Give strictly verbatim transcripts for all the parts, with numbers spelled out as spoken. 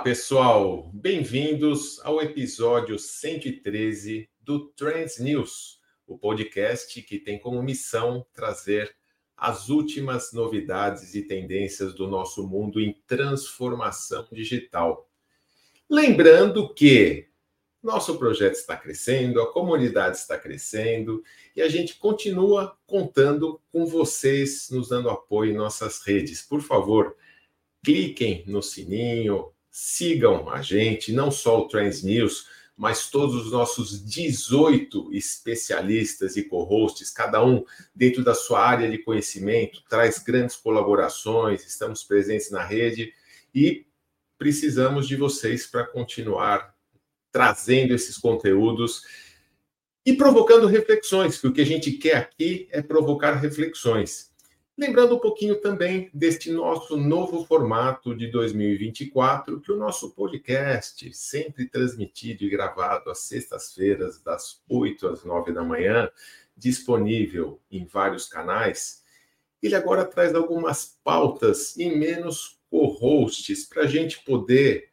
pessoal, bem-vindos ao episódio cento e treze do Trends News, o podcast que tem como missão trazer as últimas novidades e tendências do nosso mundo em transformação digital. Lembrando que nosso projeto está crescendo, a comunidade está crescendo e a gente continua contando com vocês nos dando apoio em nossas redes. Por favor, cliquem no sininho, sigam a gente, não só o Trends News, mas todos os nossos dezoito especialistas e co-hosts, cada um dentro da sua área de conhecimento, traz grandes colaborações, estamos presentes na rede e precisamos de vocês para continuar trazendo esses conteúdos e provocando reflexões, porque o que a gente quer aqui é provocar reflexões. Lembrando um pouquinho também deste nosso novo formato de dois mil e vinte e quatro, que o nosso podcast, sempre transmitido e gravado às sextas-feiras, das oito às nove da manhã, disponível em vários canais, ele agora traz algumas pautas e menos co-hosts para a gente poder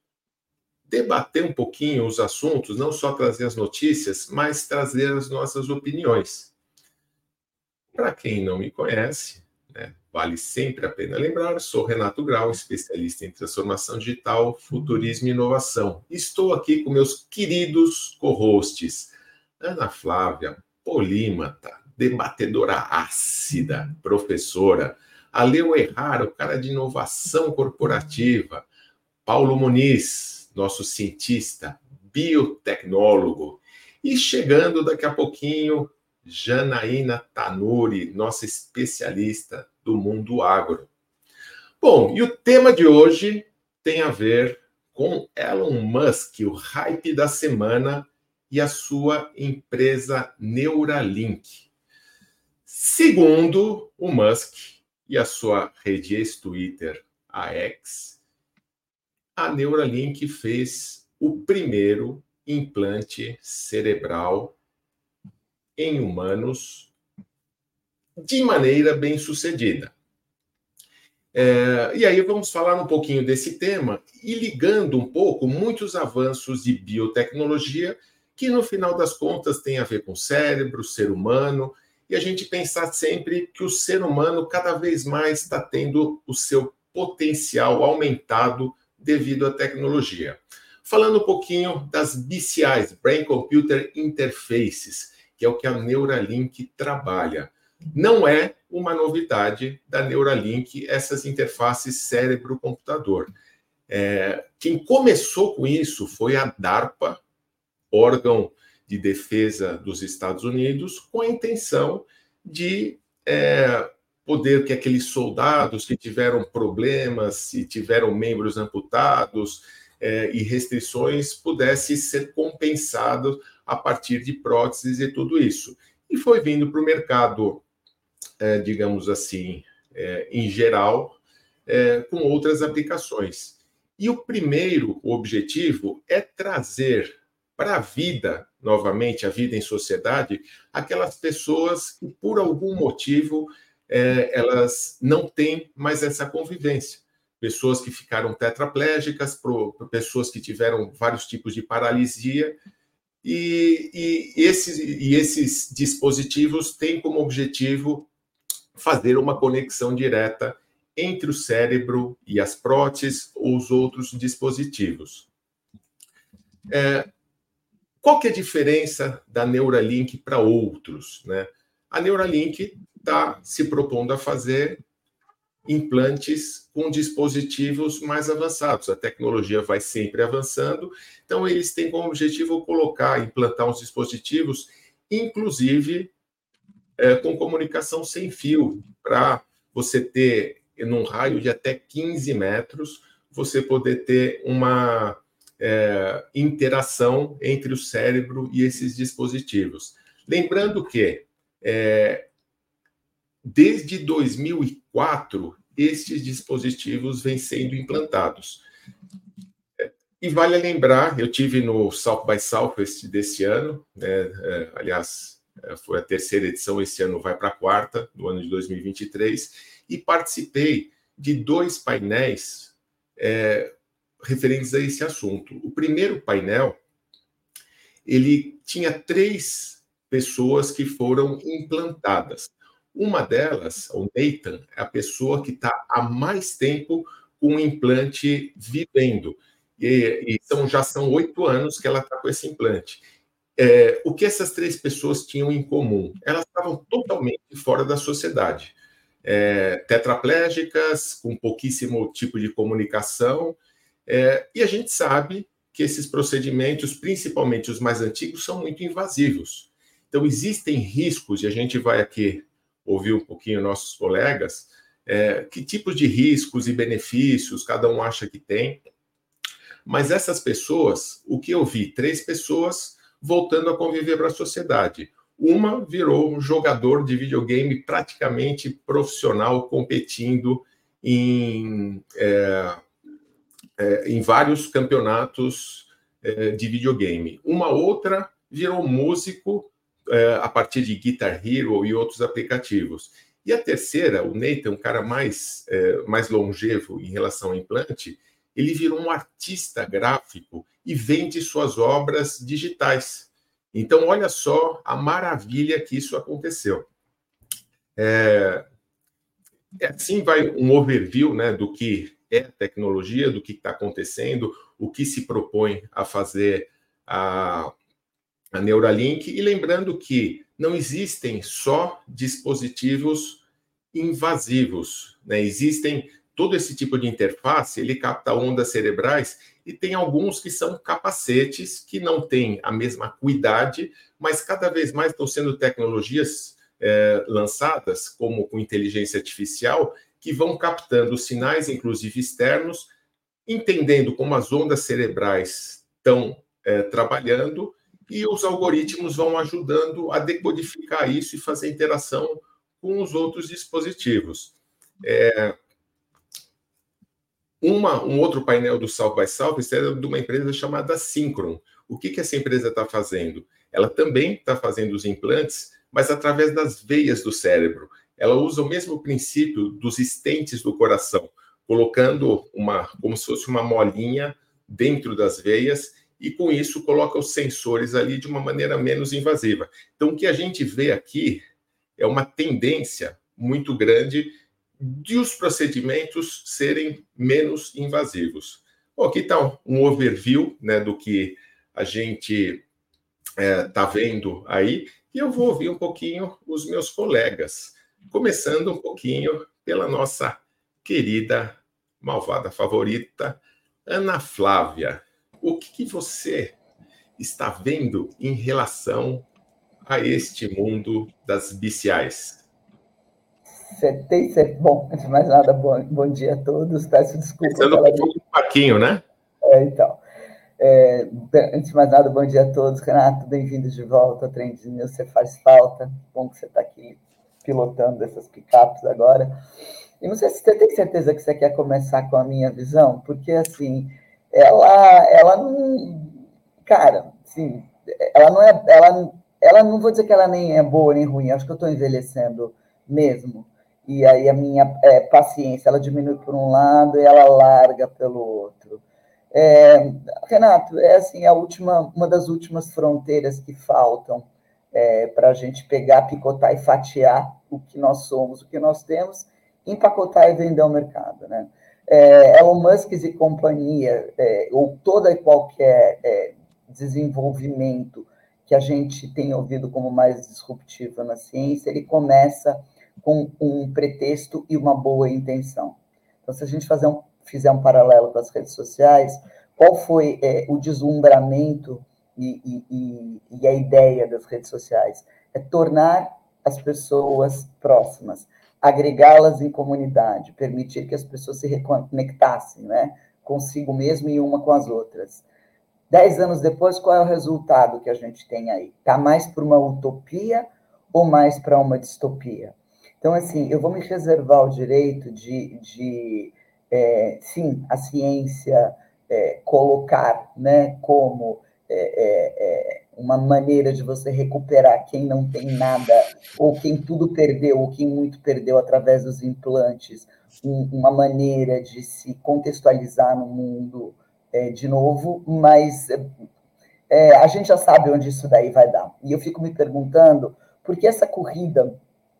debater um pouquinho os assuntos, não só trazer as notícias, mas trazer as nossas opiniões. Para quem não me conhece, né, vale sempre a pena lembrar, sou Renato Grau, especialista em transformação digital, futurismo e inovação. Estou aqui com meus queridos co-hosts, Ana Flávia, polímata, debatedora ácida, professora, Aleu Errar, o cara de inovação corporativa, Paulo Muniz, nosso cientista, biotecnólogo, e chegando daqui a pouquinho, Janaína Tanuri, nossa especialista do mundo agro. Bom, e o tema de hoje tem a ver com Elon Musk, o hype da semana e a sua empresa Neuralink. Segundo o Musk e a sua rede ex-Twitter, a X, a Neuralink fez o primeiro implante cerebral em humanos de maneira bem sucedida. É, e aí vamos falar um pouquinho desse tema e ligando um pouco muitos avanços de biotecnologia que no final das contas tem a ver com o cérebro, o ser humano, e a gente pensar sempre que o ser humano cada vez mais está tendo o seu potencial aumentado devido à tecnologia. Falando um pouquinho das B C Is, Brain Computer Interfaces, que é o que a Neuralink trabalha. Não é uma novidade da Neuralink essas interfaces cérebro-computador. É, quem começou com isso foi a DARPA, órgão de defesa dos Estados Unidos, com a intenção de é, poder que aqueles soldados que tiveram problemas, se tiveram membros amputados é, e restrições, pudessem ser compensados a partir de próteses e tudo isso. E foi vindo para o mercado, é, digamos assim, é, em geral, é, com outras aplicações. E o primeiro objetivo é trazer para a vida, novamente, a vida em sociedade, aquelas pessoas que, por algum motivo, é, elas não têm mais essa convivência. Pessoas que ficaram tetraplégicas, pro, pessoas que tiveram vários tipos de paralisia, E, e, esses, e esses dispositivos têm como objetivo fazer uma conexão direta entre o cérebro e as próteses ou os outros dispositivos. É, qual que é a diferença da Neuralink para outros, né? A Neuralink está se propondo a fazer implantes com dispositivos mais avançados. A tecnologia vai sempre avançando, então eles têm como objetivo colocar, implantar uns dispositivos, inclusive é, com comunicação sem fio, para você ter, num raio de até quinze metros, você poder ter uma é, interação entre o cérebro e esses dispositivos. Lembrando que é, desde dois mil e quatro, estes dispositivos vêm sendo implantados. E vale lembrar, eu tive no South by Southwest desse ano, né, é, aliás, foi a terceira edição, esse ano vai para a quarta, no ano de dois mil e vinte e três, e participei de dois painéis é, referentes a esse assunto. O primeiro painel, ele tinha três pessoas que foram implantadas. Uma delas, o Nathan, é a pessoa que está há mais tempo com o implante vivendo. E, e são, já são oito anos que ela está com esse implante. É, o que essas três pessoas tinham em comum? Elas estavam totalmente fora da sociedade. É, tetraplégicas, com pouquíssimo tipo de comunicação. É, e a gente sabe que esses procedimentos, principalmente os mais antigos, são muito invasivos. Então, existem riscos, e a gente vai aqui ouvir um pouquinho nossos colegas, é, que tipos de riscos e benefícios cada um acha que tem. Mas essas pessoas, o que eu vi? Três pessoas voltando a conviver para a sociedade. Uma virou um jogador de videogame praticamente profissional, competindo em, é, é, em vários campeonatos é, de videogame. Uma outra virou músico é, a partir de Guitar Hero e outros aplicativos. E a terceira, o Nathan, um cara mais, é, mais longevo em relação ao implante, ele virou um artista gráfico e vende suas obras digitais. Então, olha só a maravilha que isso aconteceu. É, assim vai um overview, né, do que é tecnologia, do que está acontecendo, o que se propõe a fazer a, a Neuralink. E lembrando que não existem só dispositivos invasivos, né? Existem todo esse tipo de interface, ele capta ondas cerebrais, e tem alguns que são capacetes que não têm a mesma acuidade, mas cada vez mais estão sendo tecnologias é, lançadas, como com inteligência artificial, que vão captando sinais, inclusive externos, entendendo como as ondas cerebrais estão é, trabalhando, e os algoritmos vão ajudando a decodificar isso e fazer interação com os outros dispositivos. É, Uma, um outro painel do South by Southwest é de uma empresa chamada Synchron. O que, que essa empresa está fazendo? Ela também está fazendo os implantes, mas através das veias do cérebro. Ela usa o mesmo princípio dos estentes do coração, colocando uma, como se fosse uma molinha dentro das veias, e com isso coloca os sensores ali de uma maneira menos invasiva. Então, o que a gente vê aqui é uma tendência muito grande de os procedimentos serem menos invasivos. Bom, aqui está um overview, né, do que a gente está é, vendo aí, e eu vou ouvir um pouquinho os meus colegas, começando um pouquinho pela nossa querida malvada favorita, Ana Flávia. O que, que você está vendo em relação a este mundo das B C Is? Tem certo. Bom, antes de mais nada, bom, bom dia a todos. Peço desculpa Pensando pela. Um pouquinho, né? É, então. É, antes de mais nada, bom dia a todos. Renato, bem-vindo de volta ao Trend News. Você faz falta. Bom que você está aqui pilotando essas picapes agora. E não sei se você tem certeza que você quer começar com a minha visão, porque, assim, ela, ela não... Cara, assim, ela não é... Ela, ela não vou dizer que ela nem é boa nem ruim. Acho que eu estou envelhecendo mesmo. E aí a minha é, paciência, ela diminui por um lado e ela larga pelo outro. É, Renato, é assim, a última, uma das últimas fronteiras que faltam é, para a gente pegar, picotar e fatiar o que nós somos, o que nós temos, empacotar e vender ao mercado, né? É, Elon Musk e companhia, é, ou toda e qualquer é, desenvolvimento que a gente tem ouvido como mais disruptivo na ciência, ele começa com um pretexto e uma boa intenção. Então, se a gente fazer um, fizer um paralelo com as redes sociais, qual foi é, o deslumbramento e, e, e, e a ideia das redes sociais? É tornar as pessoas próximas, agregá-las em comunidade, permitir que as pessoas se reconectassem, né, consigo mesmo e uma com as outras. Dez anos depois, qual é o resultado que a gente tem aí? Está mais para uma utopia ou mais para uma distopia? Então, assim, eu vou me reservar o direito de, de é, sim, a ciência é, colocar, né, como é, é, uma maneira de você recuperar quem não tem nada, ou quem tudo perdeu, ou quem muito perdeu através dos implantes, um, uma maneira de se contextualizar no mundo é, de novo, mas é, a gente já sabe onde isso daí vai dar. E eu fico me perguntando por que essa corrida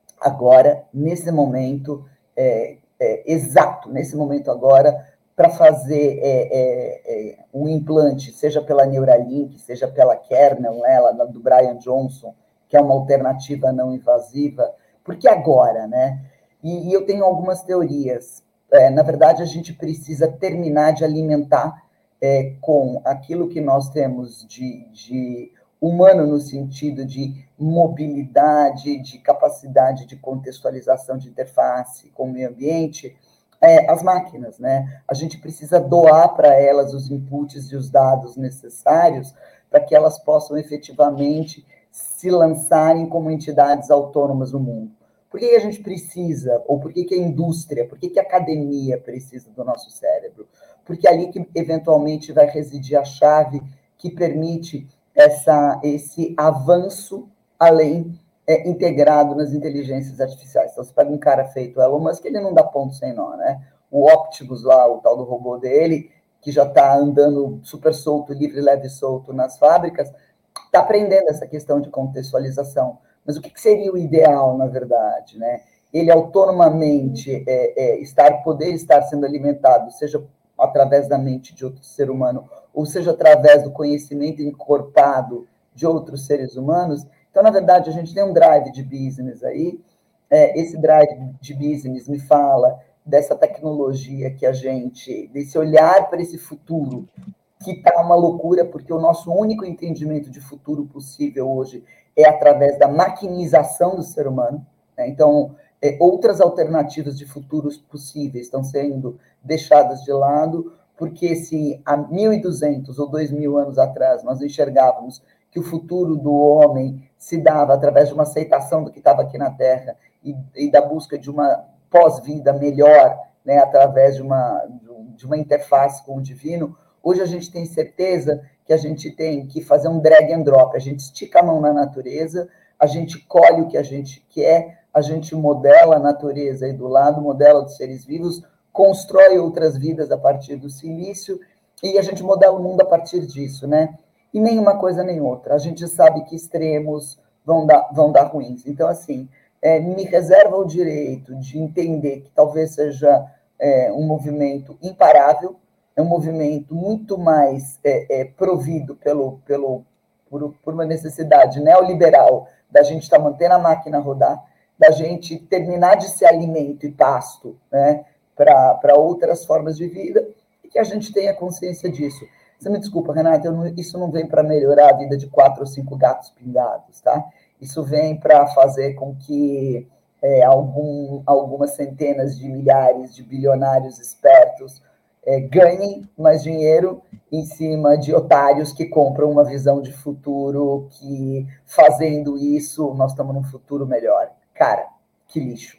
agora, nesse momento, é, é, exato, nesse momento agora, para fazer é, é, é, um implante, seja pela Neuralink, seja pela Kernel, né, ela, do Brian Johnson, que é uma alternativa não invasiva, porque agora, né? E, e eu tenho algumas teorias. É, na verdade, a gente precisa terminar de alimentar é, com aquilo que nós temos de, de humano no sentido de mobilidade, de capacidade de contextualização de interface com o meio ambiente, é, as máquinas, né? A gente precisa doar para elas os inputs e os dados necessários para que elas possam efetivamente se lançarem como entidades autônomas no mundo. Por que a gente precisa, ou por que a indústria, por que a academia precisa do nosso cérebro? Porque é ali que eventualmente vai residir a chave que permite essa, esse avanço além é, integrado nas inteligências artificiais. Então, você pega um cara feito Elon Musk, ele não dá ponto sem nó, né? O Optimus lá, o tal do robô dele, que já está andando super solto, livre, leve e solto nas fábricas, está aprendendo essa questão de contextualização. Mas o que, que seria o ideal, na verdade, né? Ele autonomamente é, é, estar, poder estar sendo alimentado, seja através da mente de outro ser humano, ou seja, através do conhecimento encorpado de outros seres humanos. Então, na verdade, a gente tem um drive de business aí. É, esse drive de business me fala dessa tecnologia que a gente, desse olhar para esse futuro, que está uma loucura, porque o nosso único entendimento de futuro possível hoje é através da maquinização do ser humano. Né? Então, é, outras alternativas de futuros possíveis estão sendo deixadas de lado, porque se há mil e duzentos ou dois mil anos atrás nós enxergávamos que o futuro do homem se dava através de uma aceitação do que estava aqui na Terra e, e da busca de uma pós-vida melhor, né, através de uma, de uma interface com o divino, hoje a gente tem certeza que a gente tem que fazer um drag and drop, a gente estica a mão na natureza, a gente colhe o que a gente quer, a gente modela a natureza aí do lado, modela dos seres vivos, constrói outras vidas a partir do silício e a gente modela o mundo a partir disso, né? E nem uma coisa nem outra. A gente sabe que extremos vão dar, vão dar ruins. Então, assim, é, me reserva o direito de entender que talvez seja é, um movimento imparável, é um movimento muito mais é, é, provido pelo, pelo, por, por uma necessidade neoliberal da gente estar tá mantendo a máquina rodar, da gente terminar de ser alimento e pasto, né, para outras formas de vida, e que a gente tenha consciência disso. Você me desculpa, Renata, eu não, isso não vem para melhorar a vida de quatro ou cinco gatos pingados, tá? Isso vem para fazer com que é, algum, algumas centenas de milhares de bilionários espertos é, ganhem mais dinheiro em cima de otários que compram uma visão de futuro que, fazendo isso, nós estamos num futuro melhor. Cara, que lixo.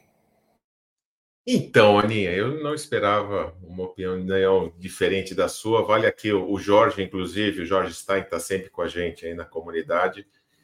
Então, Aninha, eu não esperava uma opinião diferente da sua. Vale aqui o Jorge, inclusive, o Jorge Stein está sempre com a gente aí na comunidade.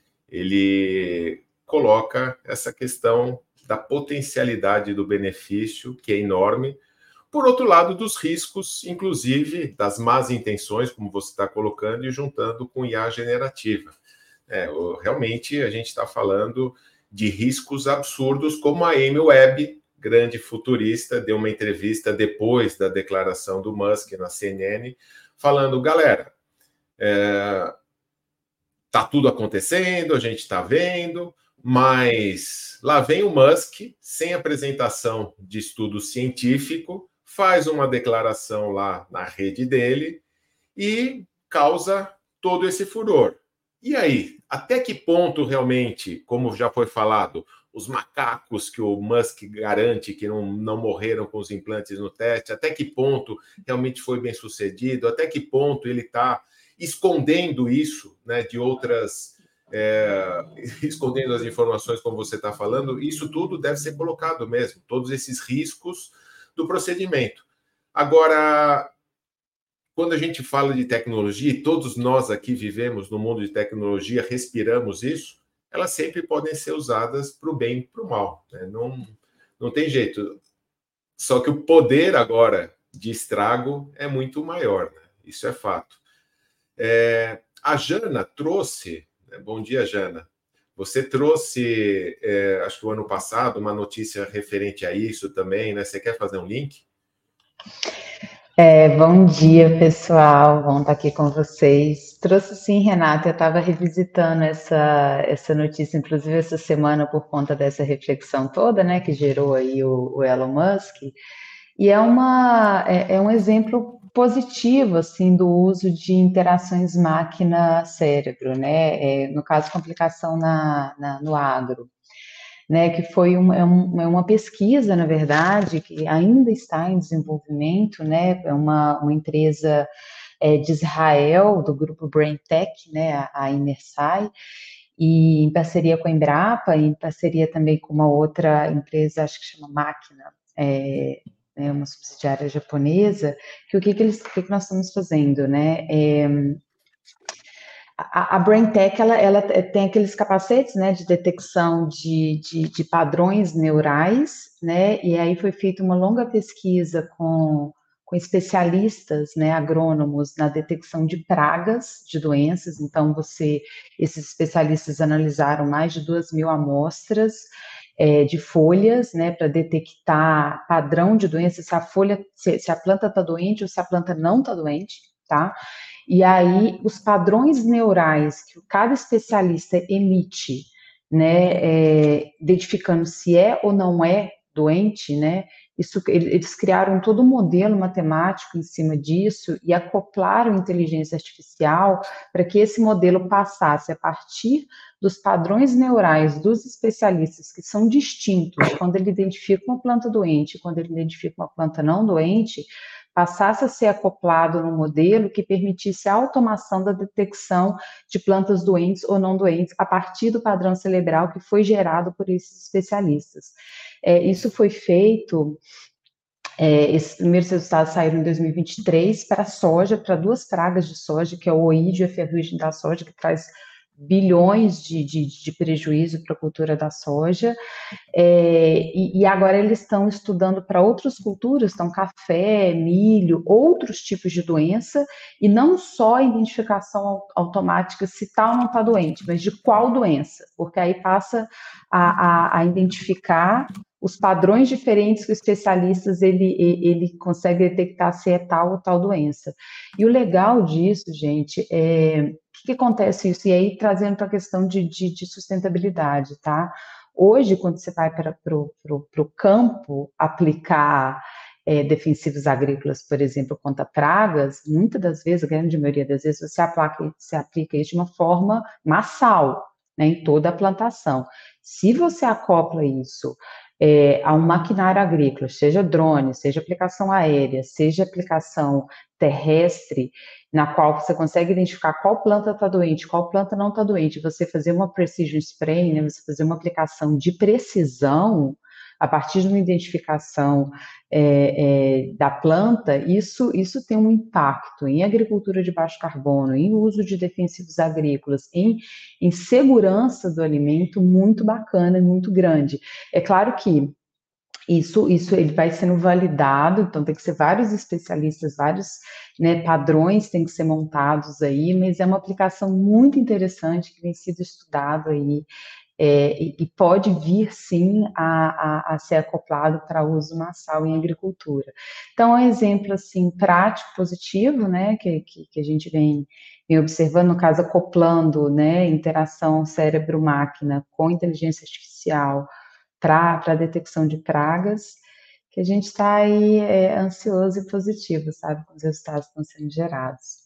Ele coloca essa questão da potencialidade do benefício, que é enorme, por outro lado, dos riscos, inclusive das más intenções, como você está colocando, e juntando com I A generativa. É, realmente, a gente está falando de riscos absurdos, como a Amy Webb, grande futurista, deu uma entrevista depois da declaração do Musk na C N N, falando, galera, é, tá tudo acontecendo, a gente está vendo, mas lá vem o Musk, sem apresentação de estudo científico, faz uma declaração lá na rede dele e causa todo esse furor. E aí, até que ponto realmente, como já foi falado, os macacos que o Musk garante que não, não morreram com os implantes no teste, até que ponto realmente foi bem sucedido, até que ponto ele está escondendo isso, né, de outras, é, escondendo as informações como você está falando, isso tudo deve ser colocado mesmo, todos esses riscos do procedimento. Agora, quando a gente fala de tecnologia, e todos nós aqui vivemos no mundo de tecnologia, respiramos isso, elas sempre podem ser usadas para o bem e para o mal. Né? Não, não tem jeito. Só que o poder agora de estrago é muito maior. Né? isso é fato. É, a Jana trouxe, né, bom dia, Jana, você trouxe, é, acho que o ano passado, uma notícia referente a isso também, né? Você quer fazer um link? É, bom dia, pessoal. Bom estar aqui com vocês. Trouxe sim, Renata. Eu estava revisitando essa, essa notícia, inclusive essa semana, por conta dessa reflexão toda, né, que gerou aí o, o Elon Musk. E é, uma, é, é um exemplo positivo, assim, do uso de interações máquina-cérebro, né? É, no caso, complicação na, na, no agro. Né, que foi uma, é uma pesquisa, na verdade, que ainda está em desenvolvimento, né, é uma, uma empresa é, de Israel, do grupo BrainTech, né, a, a Imersai, e em parceria com a Embrapa, e em parceria também com uma outra empresa, acho que chama Máquina, é, é uma subsidiária japonesa, que o que, que, eles, o que, que nós estamos fazendo, né, é, A, a BrainTech, ela, ela tem aqueles capacetes, né, de detecção de, de, de padrões neurais, né, e aí foi feita uma longa pesquisa com, com especialistas, né, agrônomos na detecção de pragas de doenças. Então, você, esses especialistas analisaram mais de duas mil amostras é, de folhas, né, para detectar padrão de doença, se a folha, se, se a planta está doente ou se a planta não está doente, tá? E aí, os padrões neurais que cada especialista emite, né, é, identificando se é ou não é doente, né, isso, eles criaram todo um modelo matemático em cima disso e acoplaram inteligência artificial para que esse modelo passasse a partir dos padrões neurais dos especialistas, que são distintos quando ele identifica uma planta doente, quando ele identifica uma planta não doente, passasse a ser acoplado no modelo que permitisse a automação da detecção de plantas doentes ou não doentes a partir do padrão cerebral que foi gerado por esses especialistas. É, isso foi feito, é, esses primeiros resultados saíram em dois mil e vinte e três para a soja, para duas pragas de soja, que é o oídio e a ferrugem da soja, que traz bilhões de, de, de prejuízo para a cultura da soja, é, e, e agora eles estão estudando para outras culturas, então café, milho, outros tipos de doença, e não só a identificação automática se está ou não está doente, mas de qual doença, porque aí passa a, a, a identificar os padrões diferentes que os especialistas ele, ele consegue detectar se é tal ou tal doença. E o legal disso, gente, é o que, que acontece isso? E aí trazendo para a questão de, de, de sustentabilidade, tá? Hoje, quando você vai para o campo aplicar é, defensivos agrícolas, por exemplo, contra pragas, muitas das vezes, a grande maioria das vezes, você aplica, você aplica isso de uma forma massal, né, em toda a plantação. Se você acopla isso é, a um maquinário agrícola, seja drone, seja aplicação aérea, seja aplicação terrestre, na qual você consegue identificar qual planta está doente, qual planta não está doente, você fazer uma precision spray, né, você fazer uma aplicação de precisão a partir de uma identificação é, é, da planta, isso, isso tem um impacto em agricultura de baixo carbono, em uso de defensivos agrícolas, em, em segurança do alimento muito bacana e muito grande. É claro que Isso, isso ele vai sendo validado, então tem que ser vários especialistas, vários né, padrões têm que ser montados aí, mas é uma aplicação muito interessante que vem sido estudado aí é, e, e pode vir sim a, a, a ser acoplado para uso massal em agricultura. Então, é um exemplo assim prático, positivo, né, que, que, que a gente vem, vem observando, no caso acoplando, né, interação cérebro-máquina com inteligência artificial para a detecção de pragas, que a gente está aí é, ansioso e positivo, sabe, com os resultados que estão sendo gerados.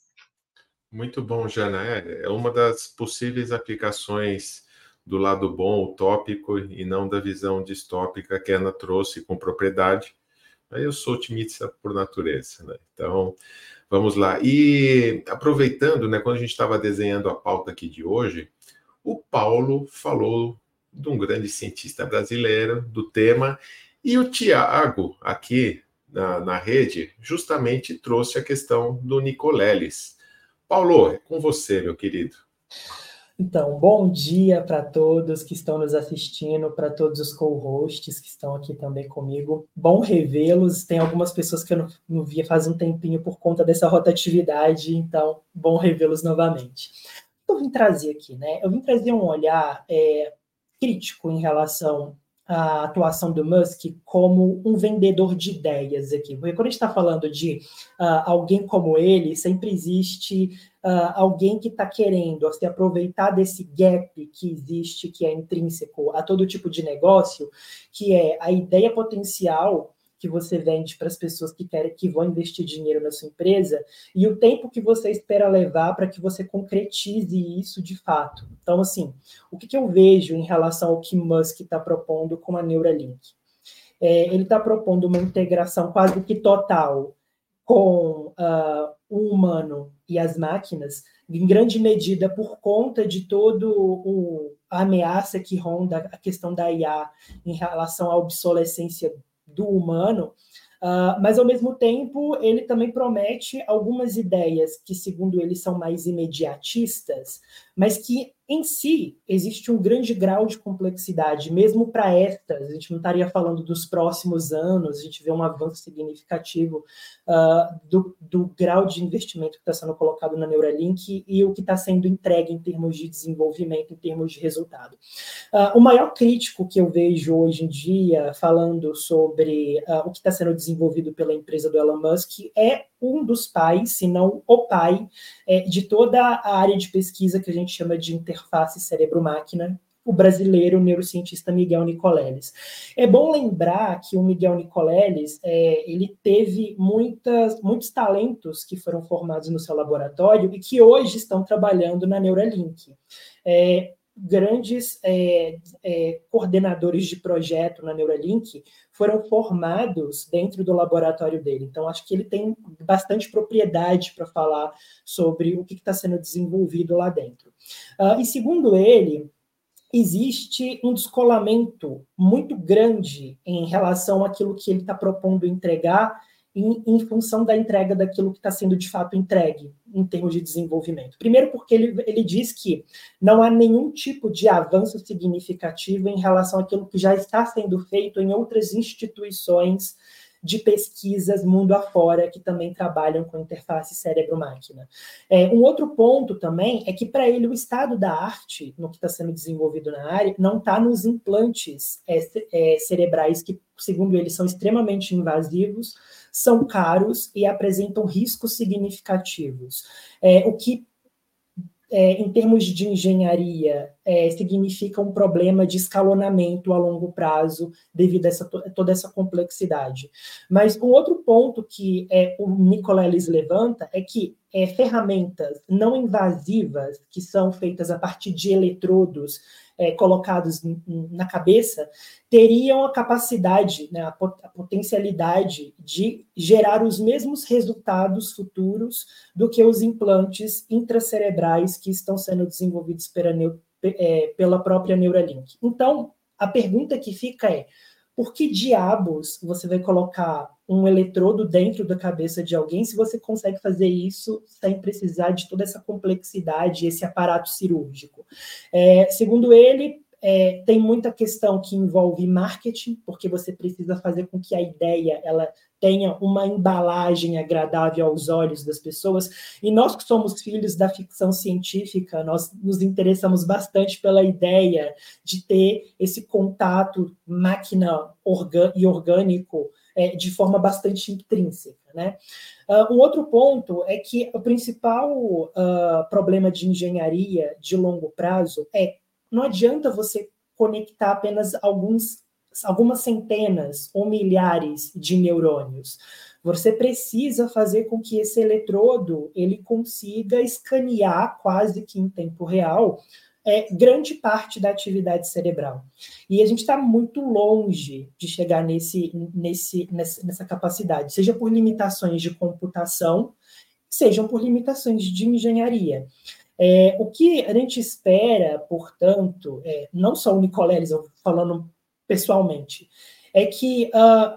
Muito bom, Jana. É, é uma das possíveis aplicações do lado bom, utópico, e não da visão distópica que a Ana trouxe com propriedade. Aí eu sou otimista por natureza, né? Então, vamos lá. E aproveitando, né, quando a gente estava desenhando a pauta aqui de hoje, o Paulo falou de um grande cientista brasileiro, do tema, e o Tiago, aqui na, na rede, justamente trouxe a questão do Nicolelis. Paulo, é com você, meu querido. Então, bom dia para todos que estão nos assistindo, para todos os co-hosts que estão aqui também comigo. Bom revê-los. Tem algumas pessoas que eu não, não via faz um tempinho por conta dessa rotatividade, então, bom revê-los novamente. Eu vim trazer aqui, né? Eu vim trazer um olhar é, crítico em relação à atuação do Musk como um vendedor de ideias aqui. Porque quando a gente está falando de uh, alguém como ele, sempre existe uh, alguém que está querendo se aproveitar desse gap que existe, que é intrínseco a todo tipo de negócio, que é a ideia potencial que você vende para as pessoas que querem, que vão investir dinheiro na sua empresa, e o tempo que você espera levar para que você concretize isso de fato. Então, assim, o que, que eu vejo em relação ao que Musk está propondo com a Neuralink? É, ele está propondo uma integração quase que total com uh, o humano e as máquinas, em grande medida por conta de todo o, a ameaça que ronda a questão da I A em relação à obsolescência do humano, uh, mas, ao mesmo tempo, ele também promete algumas ideias que, segundo ele, são mais imediatistas, mas que, em si, existe um grande grau de complexidade, mesmo para estas. A gente não estaria falando dos próximos anos, a gente vê um avanço significativo uh, do, do grau de investimento que está sendo colocado na Neuralink e o que está sendo entregue em termos de desenvolvimento, em termos de resultado. Uh, o maior crítico que eu vejo hoje em dia, falando sobre uh, o que está sendo desenvolvido pela empresa do Elon Musk, é um dos pais, se não o pai, é, de toda a área de pesquisa que a gente chama de interface cérebro-máquina, o brasileiro neurocientista Miguel Nicoleles. É bom lembrar que o Miguel Nicoleles, é, ele teve muitas, muitos talentos que foram formados no seu laboratório e que hoje estão trabalhando na Neuralink. É, grandes é, é, coordenadores de projeto na Neuralink foram formados dentro do laboratório dele. Então, acho que ele tem bastante propriedade para falar sobre o que está sendo desenvolvido lá dentro. Uh, e, segundo ele, existe um descolamento muito grande em relação àquilo que ele está propondo entregar em, em função da entrega daquilo que está sendo de fato entregue em termos de desenvolvimento. Primeiro porque ele, ele diz que não há nenhum tipo de avanço significativo em relação àquilo que já está sendo feito em outras instituições de pesquisas mundo afora que também trabalham com interface cérebro-máquina. É, um outro ponto também é que, para ele, o estado da arte, no que está sendo desenvolvido na área, não está nos implantes é, é, cerebrais que, segundo ele, são extremamente invasivos, são caros e apresentam riscos significativos. É, o que É, em termos de engenharia, é, significa um problema de escalonamento a longo prazo devido a essa, toda essa complexidade. Mas um outro ponto que é, o Nicoleles levanta é que é, ferramentas não invasivas, que são feitas a partir de eletrodos é, colocados na cabeça, teriam a capacidade, né, a potencialidade de gerar os mesmos resultados futuros do que os implantes intracerebrais que estão sendo desenvolvidos pela, é, pela própria Neuralink. Então, a pergunta que fica é: por que diabos você vai colocar um eletrodo dentro da cabeça de alguém se você consegue fazer isso sem precisar de toda essa complexidade, esse aparato cirúrgico? É, segundo ele, é, tem muita questão que envolve marketing, porque você precisa fazer com que a ideia ela tenha uma embalagem agradável aos olhos das pessoas, e nós que somos filhos da ficção científica, nós nos interessamos bastante pela ideia de ter esse contato máquina orgâ- e orgânico é, de forma bastante intrínseca, né? Uh, um outro ponto é que o principal uh, problema de engenharia de longo prazo é: não adianta você conectar apenas alguns, algumas centenas ou milhares de neurônios. Você precisa fazer com que esse eletrodo ele consiga escanear quase que em tempo real é, grande parte da atividade cerebral. E a gente está muito longe de chegar nesse, nesse, nessa capacidade, seja por limitações de computação, sejam por limitações de engenharia. É, o que a gente espera, portanto, é, não só o Nicoleles, eu falando pessoalmente, é que uh,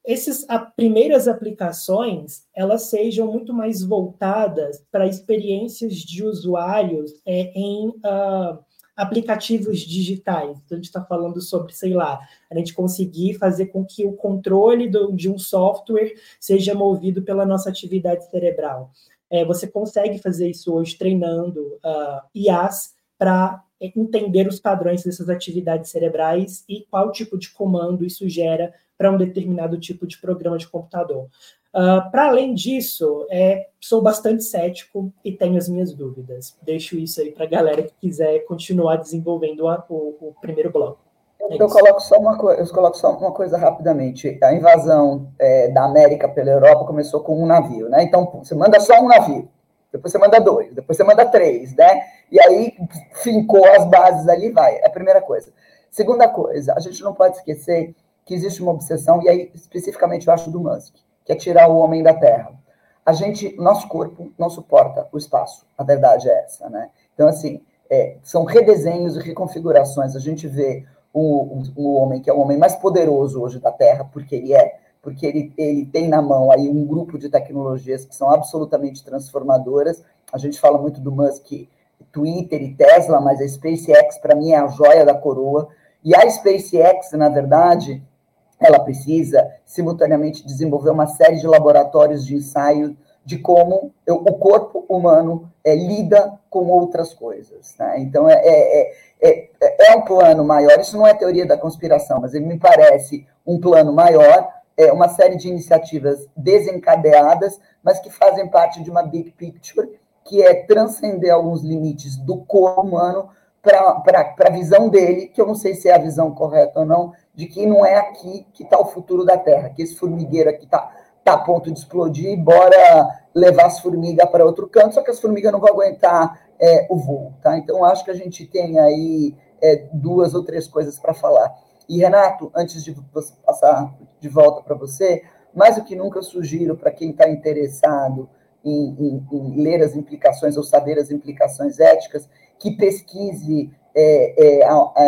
essas a, primeiras aplicações, elas sejam muito mais voltadas para experiências de usuários é, em uh, aplicativos digitais. Então, a gente está falando sobre, sei lá, a gente conseguir fazer com que o controle do, de um software seja movido pela nossa atividade cerebral. É, você consegue fazer isso hoje treinando uh, I As para entender os padrões dessas atividades cerebrais e qual tipo de comando isso gera para um determinado tipo de programa de computador. Uh, para além disso, é, sou bastante cético e tenho as minhas dúvidas. Deixo isso aí para a galera que quiser continuar desenvolvendo a, o, o primeiro bloco. É eu, coloco só uma eu coloco só uma coisa rapidamente. A invasão é, da América pela Europa começou com um navio, né? Então, você manda só um navio, depois você manda dois, depois você manda três, né? E aí fincou as bases ali, vai. É a primeira coisa. Segunda coisa, a gente não pode esquecer que existe uma obsessão, e aí especificamente eu acho do Musk, que é tirar o homem da Terra. A gente, nosso corpo não suporta o espaço, a verdade é essa, né? Então, assim, é, são redesenhos e reconfigurações. A gente vê o, o, o homem que é o homem mais poderoso hoje da Terra, porque ele é, porque ele, ele tem na mão aí um grupo de tecnologias que são absolutamente transformadoras. A gente fala muito do Musk, Twitter e Tesla, mas a SpaceX, para mim, é a joia da coroa. E a SpaceX, na verdade, ela precisa, simultaneamente, desenvolver uma série de laboratórios de ensaio de como eu, o corpo humano é, lida com outras coisas. Né? Então, é, é, é, é um plano maior. Isso não é teoria da conspiração, mas ele me parece um plano maior, é uma série de iniciativas desencadeadas, mas que fazem parte de uma big picture, que é transcender alguns limites do corpo humano para a visão dele, que eu não sei se é a visão correta ou não, de que não é aqui que está o futuro da Terra, que esse formigueiro aqui está tá a ponto de explodir, bora levar as formigas para outro canto, só que as formigas não vão aguentar é, o voo. Tá? Então, acho que a gente tem aí é, duas ou três coisas para falar. E, Renato, antes de passar de volta para você, mais do que nunca eu sugiro para quem está interessado em, em, em ler as implicações ou saber as implicações éticas, que pesquise é, é,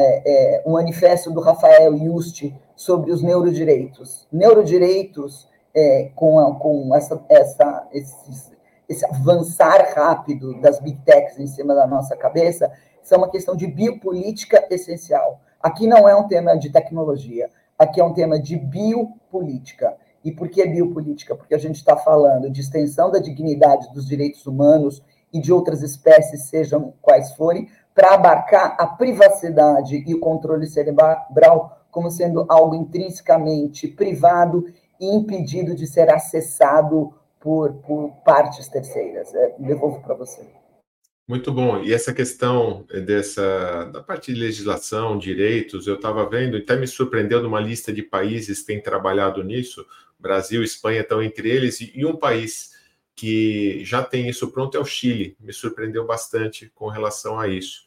é, o manifesto do Rafael Yuste sobre os neurodireitos. Neurodireitos, é, com, a, com essa, essa, esse, esse avançar rápido das big techs em cima da nossa cabeça, são uma questão de biopolítica essencial. Aqui não é um tema de tecnologia, aqui é um tema de biopolítica. E por que biopolítica? Porque a gente está falando de extensão da dignidade dos direitos humanos e de outras espécies, sejam quais forem, para abarcar a privacidade e o controle cerebral como sendo algo intrinsecamente privado e impedido de ser acessado por, por partes terceiras. É, devolvo para você. Muito bom. E essa questão dessa da parte de legislação, direitos, eu estava vendo, e até me surpreendeu numa lista de países que têm trabalhado nisso. Brasil e Espanha estão entre eles, e um país que já tem isso pronto é o Chile. Me surpreendeu bastante com relação a isso.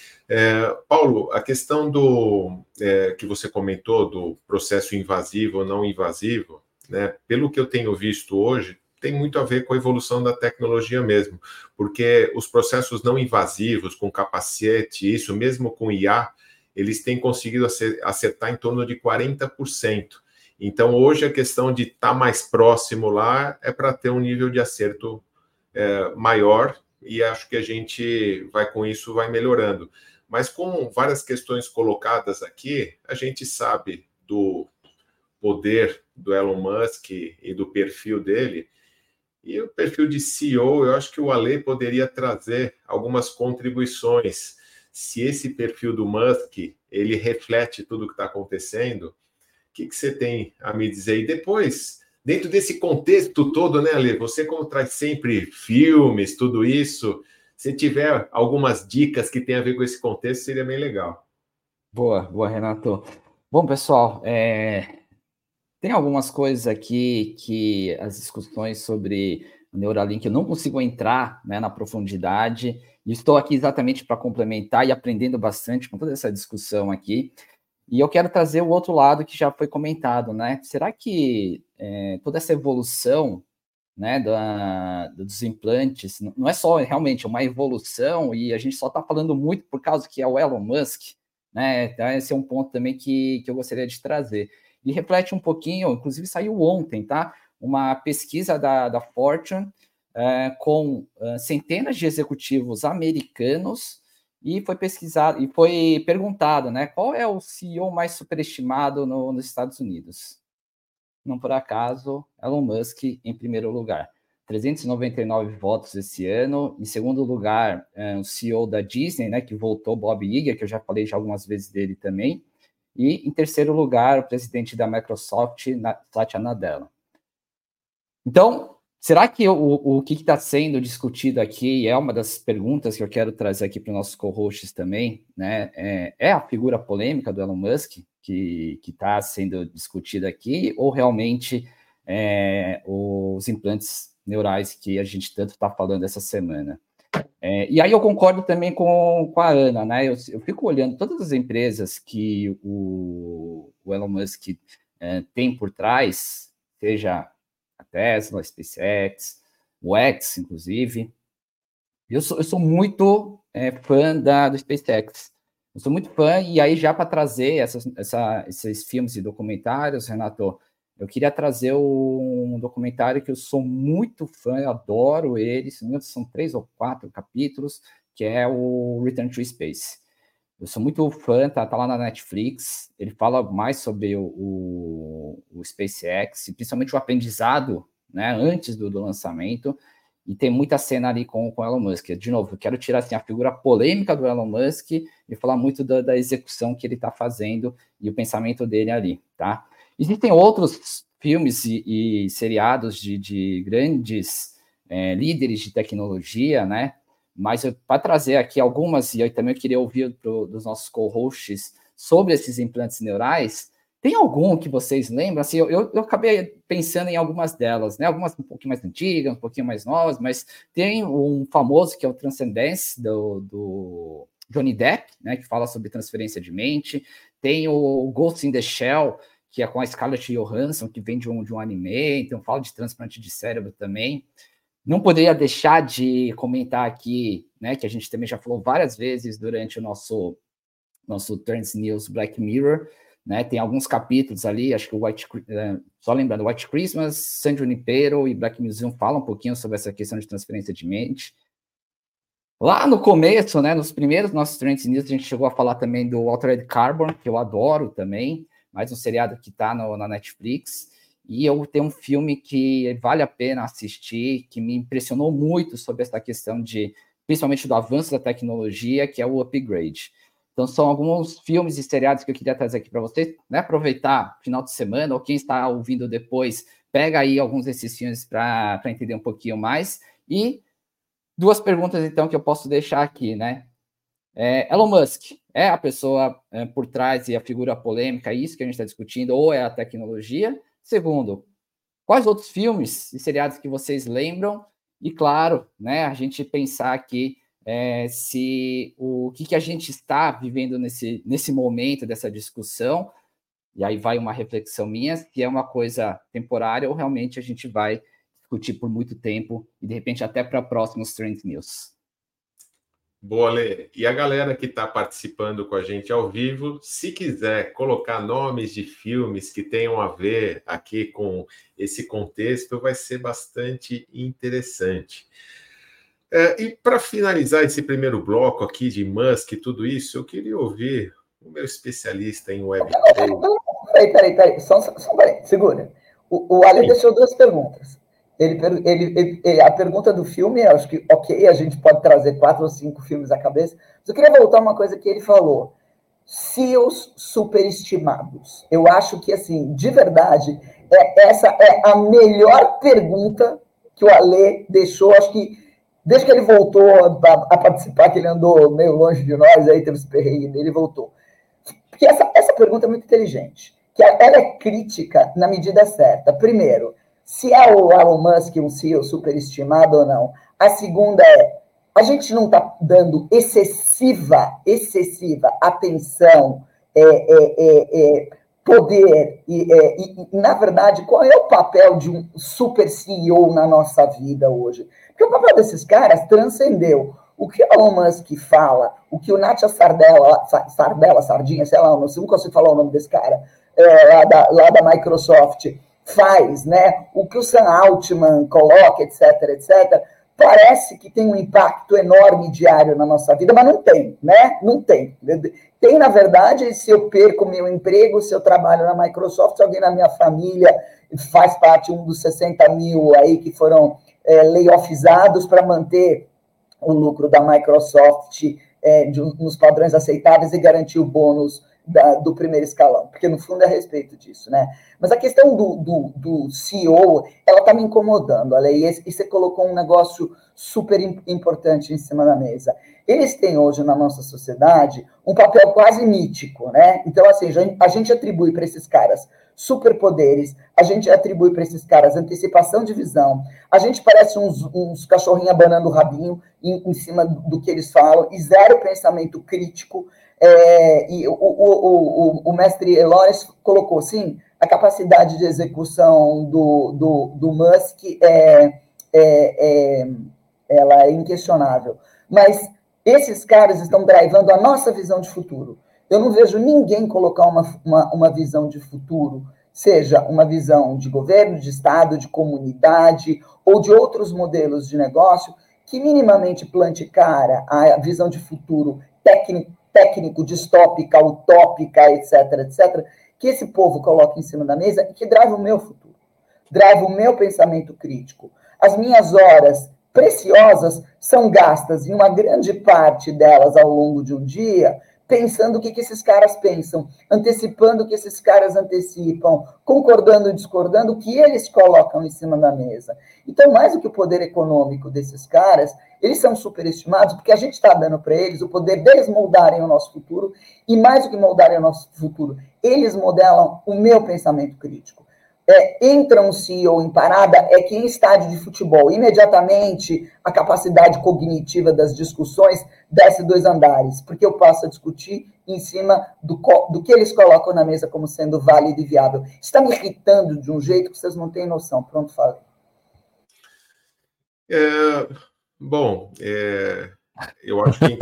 É, Paulo, a questão do é, que você comentou do processo invasivo ou não invasivo, né, pelo que eu tenho visto hoje, tem muito a ver com a evolução da tecnologia mesmo, porque os processos não invasivos, com capacete, isso mesmo com I A, eles têm conseguido acertar em torno de quarenta por cento. Então, hoje, a questão de estar mais próximo lá é para ter um nível de acerto é, maior, e acho que a gente vai, com isso, vai melhorando. Mas com várias questões colocadas aqui, a gente sabe do poder do Elon Musk e do perfil dele. E o perfil de C E O, eu acho que o Ale poderia trazer algumas contribuições. Se esse perfil do Musk, ele reflete tudo o que está acontecendo, o que, que você tem a me dizer? E depois, dentro desse contexto todo, né, Ale? Você como traz sempre filmes, tudo isso, se tiver algumas dicas que tem a ver com esse contexto, seria bem legal. Boa, boa, Renato. Bom, pessoal, é... tem algumas coisas aqui que as discussões sobre o Neuralink eu não consigo entrar, né, na profundidade, e estou aqui exatamente para complementar e aprendendo bastante com toda essa discussão aqui. E eu quero trazer o outro lado que já foi comentado, né? Será que é, toda essa evolução, né, da, dos implantes, não é só realmente uma evolução, e a gente só está falando muito por causa que é o Elon Musk, né? Então, esse é um ponto também que, que eu gostaria de trazer. e reflete um pouquinho, inclusive saiu ontem, tá? Uma pesquisa da, da Fortune é, com é, centenas de executivos americanos e foi pesquisado e foi perguntado, né? Qual é o C E O mais superestimado no, nos Estados Unidos? Não por acaso, Elon Musk em primeiro lugar. trezentos e noventa e nove votos esse ano. Em segundo lugar, é, o C E O da Disney, né, que voltou, Bob Iger, que eu já falei já algumas vezes dele também. E em terceiro lugar, o presidente da Microsoft, Satya Nadella. Então, será que o, o que está sendo discutido aqui, e é uma das perguntas que eu quero trazer aqui para os nossos co-hosts também, né, é, é a figura polêmica do Elon Musk que está sendo discutida aqui, ou realmente é, os implantes neurais que a gente tanto está falando essa semana? É, e aí eu concordo também com, com a Ana, né? Eu, eu fico olhando todas as empresas que o, o Elon Musk é, tem por trás, seja a Tesla, a SpaceX, o X, inclusive. Eu sou, eu sou muito é, fã da, do SpaceX. Eu sou muito fã, e aí já para trazer essas, essa, esses filmes e documentários, Renato, eu queria trazer um documentário que eu sou muito fã, eu adoro ele, são três ou quatro capítulos, que é o Return to Space. Eu sou muito fã, tá, tá lá na Netflix, ele fala mais sobre o, o, o SpaceX, principalmente o aprendizado, né, antes do, do lançamento, e tem muita cena ali com o Elon Musk. De novo, eu quero tirar assim, a figura polêmica do Elon Musk e falar muito da, da execução que ele está fazendo e o pensamento dele ali, tá? Existem outros filmes e, e seriados de, de grandes é, líderes de tecnologia, né? Mas para trazer aqui algumas, e eu também queria ouvir pro, dos nossos co-hosts sobre esses implantes neurais, tem algum que vocês lembram? Assim, eu, eu, eu acabei pensando em algumas delas, né? Algumas um pouquinho mais antigas, um pouquinho mais novas, mas tem um famoso que é o Transcendence, do, do Johnny Depp, né? Que fala sobre transferência de mente. Tem o Ghost in the Shell, que é com a Scarlett Johansson, que vem de um, de um anime, então fala de transplante de cérebro também. Não poderia deixar de comentar aqui, né, que a gente também já falou várias vezes durante o nosso, nosso Trends News Black Mirror, né, tem alguns capítulos ali, acho que o White, uh, só lembrando, White Christmas, San Junipero e Black Museum falam um pouquinho sobre essa questão de transferência de mente. Lá no começo, né, nos primeiros nossos Trends News, a gente chegou a falar também do Altered Carbon, que eu adoro também, mais um seriado que está na Netflix. E eu tenho um filme que vale a pena assistir, que me impressionou muito sobre essa questão de, principalmente do avanço da tecnologia, que é o Upgrade. Então, são alguns filmes e seriados que eu queria trazer aqui para vocês, né? Aproveitar final de semana, ou quem está ouvindo depois, pega aí alguns desses filmes para entender um pouquinho mais. E duas perguntas, então, que eu posso deixar aqui, né? É, Elon Musk é a pessoa é, por trás e a figura polêmica, isso que a gente está discutindo, ou é a tecnologia? Segundo, quais outros filmes e seriados que vocês lembram? E, claro, né, a gente pensar aqui é, se o que, que a gente está vivendo nesse, nesse momento dessa discussão, e aí vai uma reflexão minha, se é uma coisa temporária ou realmente a gente vai discutir por muito tempo e, de repente, até para próximos Trend News. Boa, Lê. E a galera que está participando com a gente ao vivo, se quiser colocar nomes de filmes que tenham a ver aqui com esse contexto, vai ser bastante interessante. É, e para finalizar esse primeiro bloco aqui de Musk e tudo isso, eu queria ouvir o meu especialista em Web três. Peraí, peraí, peraí, só, só, só peraí, segura. O, o Ale deixou duas perguntas. Ele, ele, ele, a pergunta do filme, eu acho que, ok, a gente pode trazer quatro ou cinco filmes à cabeça, mas eu queria voltar a uma coisa que ele falou. C E Os superestimados. Eu acho que, assim, de verdade, é, essa é a melhor pergunta que o Ale deixou, acho que desde que ele voltou a, a participar, que ele andou meio longe de nós, aí teve esse perrengue dele, ele voltou. Porque essa, essa pergunta é muito inteligente, que ela é crítica na medida certa. Primeiro, se é o Elon Musk um C E O superestimado ou não. A segunda é, a gente não está dando excessiva, excessiva atenção, é, é, é, é, poder, e, é, e, na verdade, qual é o papel de um super C E O na nossa vida hoje? Porque o papel desses caras transcendeu o que o Elon Musk fala, o que o Natya Sardella, Sardella, Sardinha, sei lá, não sei, nunca consigo falar o nome desse cara, é, lá, da, lá da Microsoft faz, né? O que o Sam Altman coloca, etc, etcétera, parece que tem um impacto enorme diário na nossa vida, mas não tem, né? Não tem. Tem, na verdade, se eu perco meu emprego, se eu trabalho na Microsoft, se alguém na minha família faz parte um dos sessenta mil aí que foram é, layoffzados para manter o lucro da Microsoft é, de, nos padrões aceitáveis e garantir o bônus da, do primeiro escalão, porque no fundo é a respeito disso, né? Mas a questão do, do, do C E O, ela está me incomodando, olha, e, e você colocou um negócio super importante em cima da mesa. Eles têm hoje na nossa sociedade um papel quase mítico, né? Então, assim, a gente atribui para esses caras superpoderes, a gente atribui para esses caras antecipação de visão, a gente parece uns, uns cachorrinhos abanando o rabinho em, em cima do que eles falam, e zero pensamento crítico. É, e o, o, o, o mestre Lawrence colocou, sim, a capacidade de execução do, do, do Musk é, é, é, ela é inquestionável, mas esses caras estão drivando a nossa visão de futuro. Eu não vejo ninguém colocar uma, uma, uma visão de futuro, seja uma visão de governo, de Estado, de comunidade, ou de outros modelos de negócio, que minimamente plante cara a visão de futuro técnico, técnico, distópica, utópica, etc, etcétera, que esse povo coloque em cima da mesa e que drive o meu futuro, drive o meu pensamento crítico. As minhas horas preciosas são gastas, em uma grande parte delas ao longo de um dia, pensando o que, que esses caras pensam, antecipando o que esses caras antecipam, concordando e discordando o que eles colocam em cima da mesa. Então, mais do que o poder econômico desses caras, eles são superestimados porque a gente está dando para eles o poder deles moldarem o nosso futuro, e mais do que moldarem o nosso futuro, eles modelam o meu pensamento crítico. É, entra um C E O em parada, é que em estádio de futebol, imediatamente a capacidade cognitiva das discussões desce dois andares, porque eu passo a discutir em cima do, do que eles colocam na mesa como sendo válido e viável. Está me irritando de um jeito que vocês não têm noção. Pronto, fala. É, bom, é, eu acho que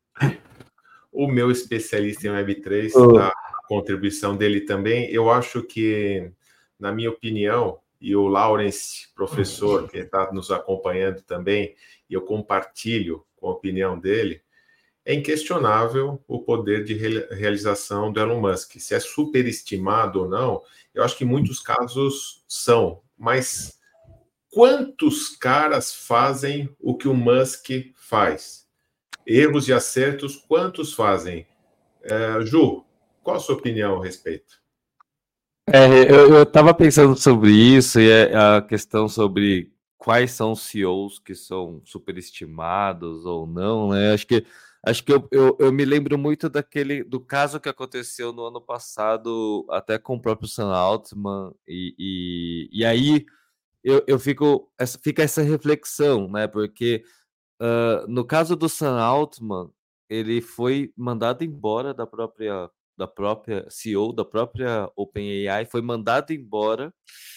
o meu especialista em Web três, oh. a contribuição dele também, eu acho que, na minha opinião, e o Lawrence, professor, que está nos acompanhando também, e eu compartilho com a opinião dele, é inquestionável o poder de realização do Elon Musk. Se é superestimado ou não, eu acho que em muitos casos são, mas quantos caras fazem o que o Musk faz? Erros e acertos, quantos fazem? É, Ju, qual a sua opinião a respeito? É, eu estava pensando sobre isso e a questão sobre quais são os C E Os que são superestimados ou não, né? Acho que, acho que eu, eu, eu me lembro muito daquele do caso que aconteceu no ano passado, até com o próprio Sam Altman, e, e, e aí eu, eu fico, essa, fica essa reflexão, né? Porque uh, no caso do Sam Altman, ele foi mandado embora da própria da própria C E O, da própria OpenAI, foi mandado embora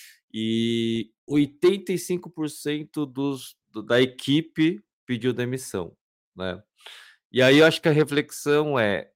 e oitenta e cinco por cento dos, da equipe pediu demissão, né? E aí eu acho que a reflexão é,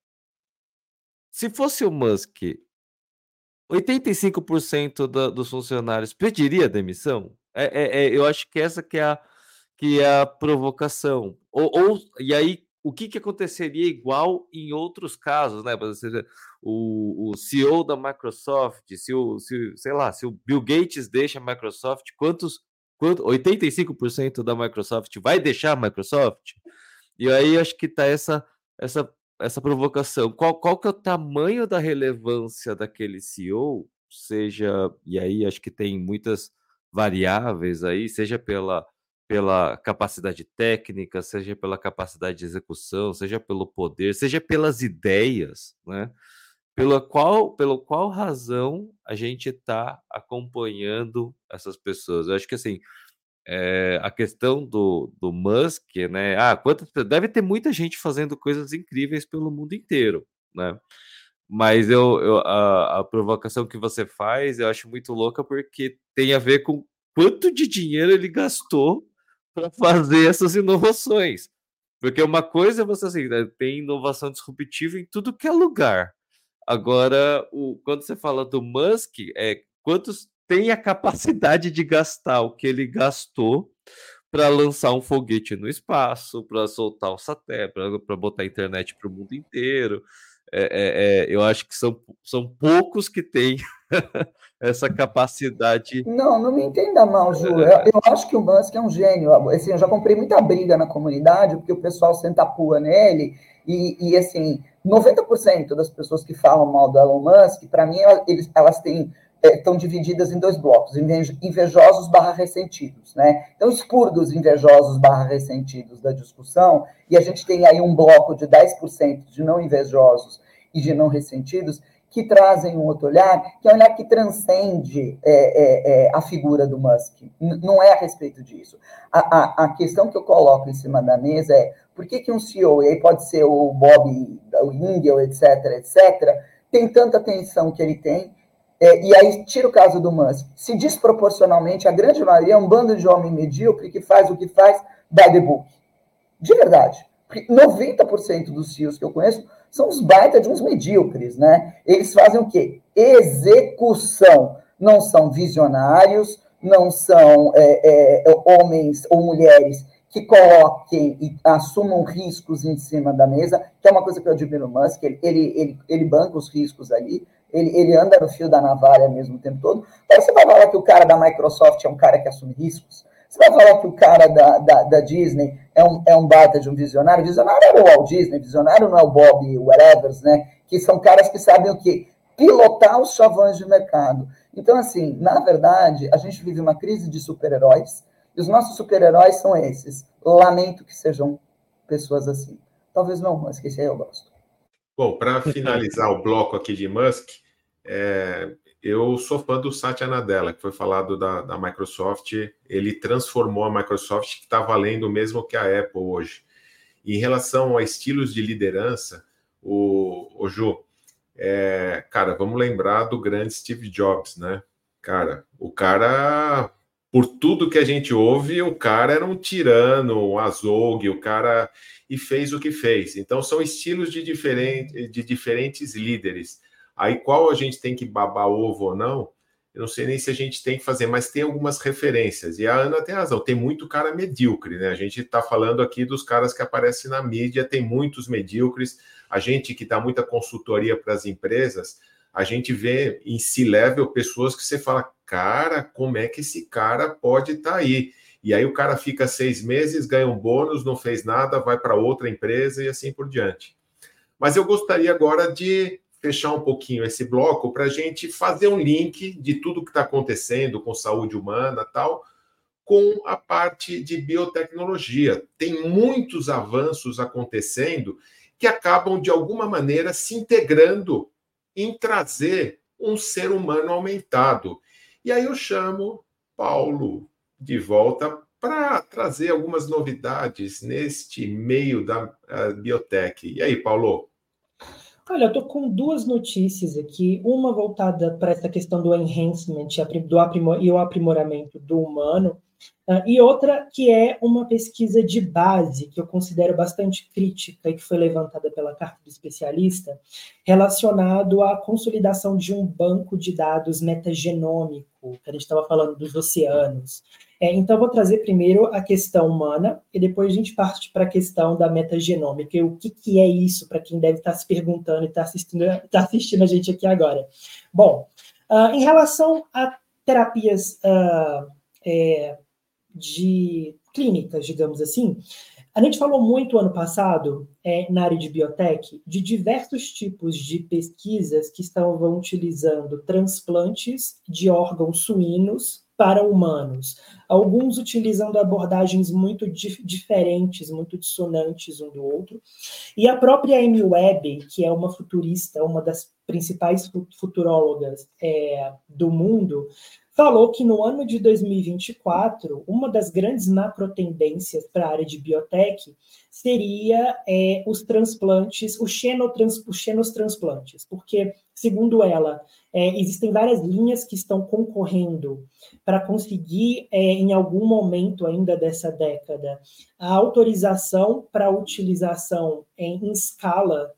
se fosse o Musk, oitenta e cinco por cento da, dos funcionários pediria demissão? É, é, é, eu acho que essa que é a, que é a provocação. Ou, ou, e aí, o que, que aconteceria igual em outros casos, né? O, o C E O da Microsoft, se o, se, sei lá, se o Bill Gates deixa a Microsoft, quantos, quantos oitenta e cinco por cento da Microsoft vai deixar a Microsoft? E aí acho que tá essa, essa, essa provocação. Qual, qual que é o tamanho da relevância daquele C E O? Seja, e aí acho que tem muitas variáveis aí, seja pela pela capacidade técnica, seja pela capacidade de execução, seja pelo poder, seja pelas ideias, né? Pela qual, pelo qual razão a gente está acompanhando essas pessoas. Eu acho que, assim, é, a questão do, do Musk, né? Ah, quantas, deve ter muita gente fazendo coisas incríveis pelo mundo inteiro, né? Mas eu, eu a, a provocação que você faz, eu acho muito louca, porque tem a ver com quanto de dinheiro ele gastou para fazer essas inovações. Porque uma coisa é você assim, né, tem inovação disruptiva em tudo que é lugar. Agora, o, quando você fala do Musk, é quantos tem a capacidade de gastar o que ele gastou para lançar um foguete no espaço, para soltar um satélite, para botar a internet para o mundo inteiro. É, é, é, eu acho que são, são poucos que têm essa capacidade. Não, não me entenda mal, Ju. Eu, eu acho que o Musk é um gênio. Assim, eu já comprei muita briga na comunidade, porque o pessoal senta a pua nele, e, e assim, noventa por cento das pessoas que falam mal do Elon Musk, para mim, eles, elas têm, estão divididas em dois blocos, invejosos barra ressentidos, né? Então, expurgos invejosos barra ressentidos da discussão, e a gente tem aí um bloco de dez por cento de não invejosos e de não ressentidos, que trazem um outro olhar, que é um olhar que transcende é, é, é, a figura do Musk. N- não é a respeito disso. A, a, a questão que eu coloco em cima da mesa é por que, que um C E O, e aí pode ser o Bob, o Ingle, etc, etc, tem tanta atenção que ele tem, é, e aí tira o caso do Musk. Se desproporcionalmente, a grande maioria é um bando de homem medíocre que faz o que faz by the book. De verdade. Porque noventa por cento dos C E Os que eu conheço são uns baita de uns medíocres, né? Eles fazem o quê? Execução. Não são visionários, não são é, é, homens ou mulheres que coloquem e assumam riscos em cima da mesa, que é uma coisa que eu admiro no Musk, ele, ele, ele, ele banca os riscos ali, ele, ele anda no fio da navalha mesmo o tempo todo. Então você vai falar que o cara da Microsoft é um cara que assume riscos? Você vai falar que o cara da, da, da Disney é um, é um baita de um visionário? Visionário é o Walt Disney, visionário não é o Bob whatever, né? Que são caras que sabem o quê? Pilotar os chavões de mercado. Então, assim, na verdade, a gente vive uma crise de super-heróis, e os nossos super-heróis são esses. Lamento que sejam pessoas assim. Talvez não, mas que esse aí eu gosto. Bom, para finalizar o bloco aqui de Musk, é, eu sou fã do Satya Nadella, que foi falado da, da Microsoft. Ele transformou a Microsoft, que está valendo o mesmo que a Apple hoje. Em relação a estilos de liderança, o, o Ju, é, cara, vamos lembrar do grande Steve Jobs, né? Cara, o cara, por tudo que a gente ouve, o cara era um tirano, um azogue, o cara... e fez o que fez. Então, são estilos de, diferente, de diferentes líderes. Aí, qual a gente tem que babar ovo ou não, eu não sei nem se a gente tem que fazer, mas tem algumas referências. E a Ana tem razão, tem muito cara medíocre, né? A gente está falando aqui dos caras que aparecem na mídia, tem muitos medíocres. A gente que dá muita consultoria para as empresas, a gente vê em C-level pessoas que você fala, cara, como é que esse cara pode estar tá aí? E aí o cara fica seis meses, ganha um bônus, não fez nada, vai para outra empresa e assim por diante. Mas eu gostaria agora de fechar um pouquinho esse bloco para a gente fazer um link de tudo que está acontecendo com saúde humana e tal, com a parte de biotecnologia. Tem muitos avanços acontecendo que acabam, de alguma maneira, se integrando em trazer um ser humano aumentado. E aí eu chamo Paulo de volta para trazer algumas novidades neste meio da uh, biotech. E aí, Paulo? Olha, eu estou com duas notícias aqui, uma voltada para essa questão do enhancement do aprimor, e o aprimoramento do humano, uh, e outra que é uma pesquisa de base, que eu considero bastante crítica e que foi levantada pela carta do especialista, relacionado à consolidação de um banco de dados metagenômico, que a gente estava falando dos oceanos. É, então, eu vou trazer primeiro a questão humana e depois a gente parte para a questão da metagenômica. E o que, que é isso, para quem deve estar se perguntando e está assistindo, tá assistindo a gente aqui agora. Bom, uh, em relação a terapias uh, é, de clínicas, digamos assim, a gente falou muito ano passado, é, na área de biotech, de diversos tipos de pesquisas que estavam utilizando transplantes de órgãos suínos para humanos, alguns utilizando abordagens muito dif- diferentes, muito dissonantes um do outro, e a própria Amy Webb, que é uma futurista, uma das principais futurólogas é, do mundo, falou que no ano de dois mil e vinte e quatro, uma das grandes macrotendências para a área de biotech seria é, os transplantes, os, xenotrans, os xenotransplantes, porque, segundo ela, é, existem várias linhas que estão concorrendo para conseguir, é, em algum momento ainda dessa década, a autorização para a utilização em, em escala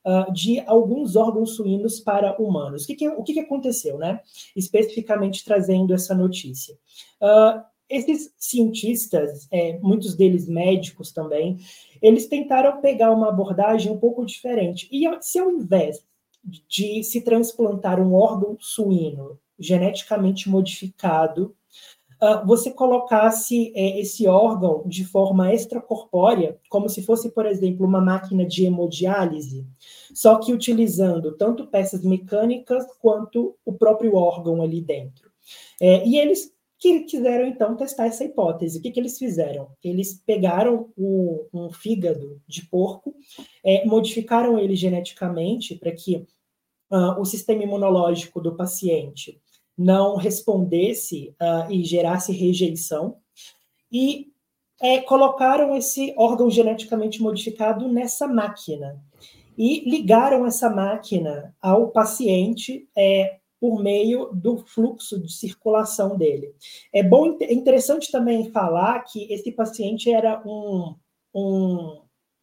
uh, de alguns órgãos suínos para humanos. O que, que, o que, que aconteceu, né? Especificamente trazendo essa notícia. Uh, esses cientistas, é, muitos deles médicos também, eles tentaram pegar uma abordagem um pouco diferente. E se ao invés de se transplantar um órgão suíno geneticamente modificado, uh, você colocasse é, esse órgão de forma extracorpórea, como se fosse, por exemplo, uma máquina de hemodiálise, só que utilizando tanto peças mecânicas quanto o próprio órgão ali dentro. É, e eles que quiseram, então, testar essa hipótese. O que, que eles fizeram? Eles pegaram o, um fígado de porco, é, modificaram ele geneticamente para que uh, o sistema imunológico do paciente não respondesse uh, e gerasse rejeição, e é, colocaram esse órgão geneticamente modificado nessa máquina e ligaram essa máquina ao paciente é, por meio do fluxo de circulação dele. É bom, é interessante também falar que esse paciente era um, um,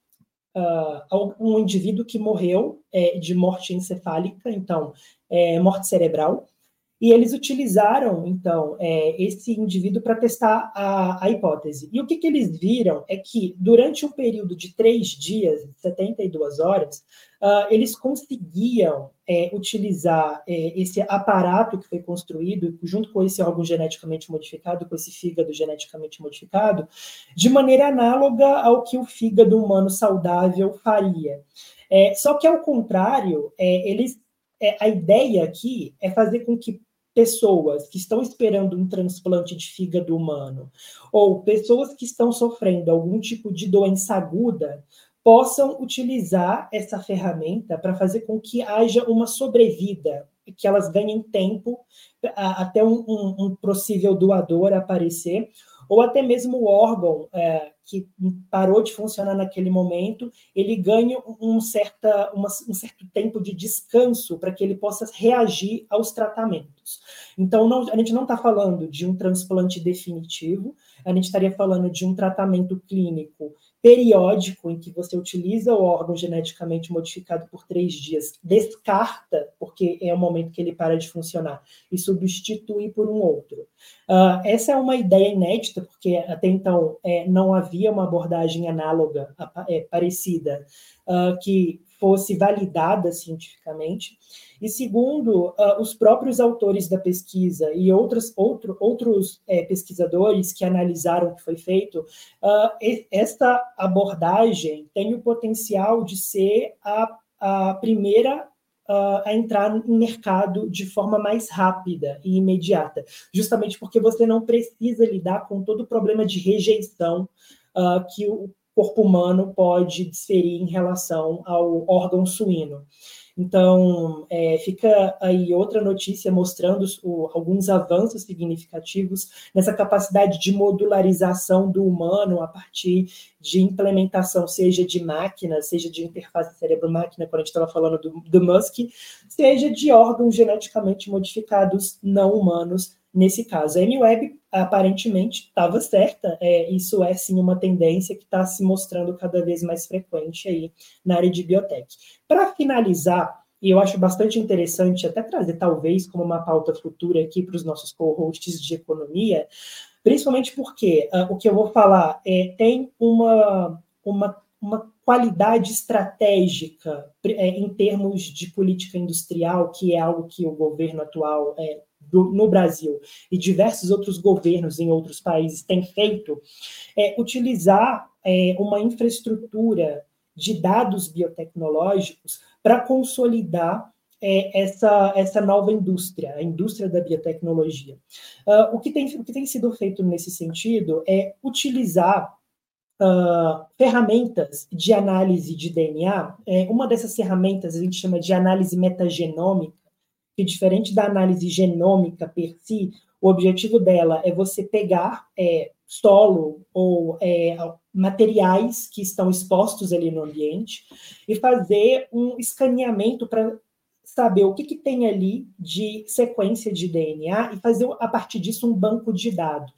uh, um indivíduo que morreu é, de morte encefálica, então, é, morte cerebral, e eles utilizaram, então, é, esse indivíduo para testar a, a hipótese. E o que, que eles viram é que, durante um período de três dias, setenta e duas horas, uh, eles conseguiam é, utilizar é, esse aparato que foi construído, junto com esse órgão geneticamente modificado, com esse fígado geneticamente modificado, de maneira análoga ao que o fígado humano saudável faria. É, só que, ao contrário, é, eles, é, a ideia aqui é fazer com que pessoas que estão esperando um transplante de fígado humano ou pessoas que estão sofrendo algum tipo de doença aguda possam utilizar essa ferramenta para fazer com que haja uma sobrevida, que elas ganhem tempo até um, um, um possível doador aparecer, ou até mesmo o órgão é, que parou de funcionar naquele momento, ele ganha um, certa, uma, um certo tempo de descanso para que ele possa reagir aos tratamentos. Então, não, a gente não está falando de um transplante definitivo, a gente estaria falando de um tratamento clínico periódico, em que você utiliza o órgão geneticamente modificado por três dias, descarta, porque é o momento que ele para de funcionar, e substitui por um outro. Uh, essa é uma ideia inédita, porque até então é, não havia uma abordagem análoga, é, parecida, uh, que fosse validada cientificamente. E segundo, uh, os próprios autores da pesquisa e outros, outro, outros é, pesquisadores que analisaram o que foi feito, uh, esta abordagem tem o potencial de ser a, a primeira uh, a entrar no mercado de forma mais rápida e imediata, justamente porque você não precisa lidar com todo o problema de rejeição uh, que o corpo humano pode desferir em relação ao órgão suíno. Então, é, fica aí outra notícia mostrando o, alguns avanços significativos nessa capacidade de modularização do humano a partir de implementação, seja de máquina, seja de interface cérebro-máquina, quando a gente estava falando do, do Musk, seja de órgãos geneticamente modificados não humanos, nesse caso. A M-Web, aparentemente, estava certa, é, isso é, sim, uma tendência que está se mostrando cada vez mais frequente aí na área de biotech. Para finalizar, e eu acho bastante interessante até trazer, talvez, como uma pauta futura aqui para os nossos co-hosts de economia, principalmente porque uh, o que eu vou falar é, tem uma, uma, uma qualidade estratégica é, em termos de política industrial, que é algo que o governo atual é, do, no Brasil e diversos outros governos em outros países têm feito, é utilizar é, uma infraestrutura de dados biotecnológicos para consolidar é, essa, essa nova indústria, a indústria da biotecnologia. Uh, o, que tem, o que tem sido feito nesse sentido é utilizar Uh, ferramentas de análise de D N A. É, uma dessas ferramentas a gente chama de análise metagenômica, que, diferente da análise genômica per si, o objetivo dela é você pegar é, solo ou é, materiais que estão expostos ali no ambiente e fazer um escaneamento para saber o que, que tem ali de sequência de D N A e fazer, a partir disso, um banco de dados,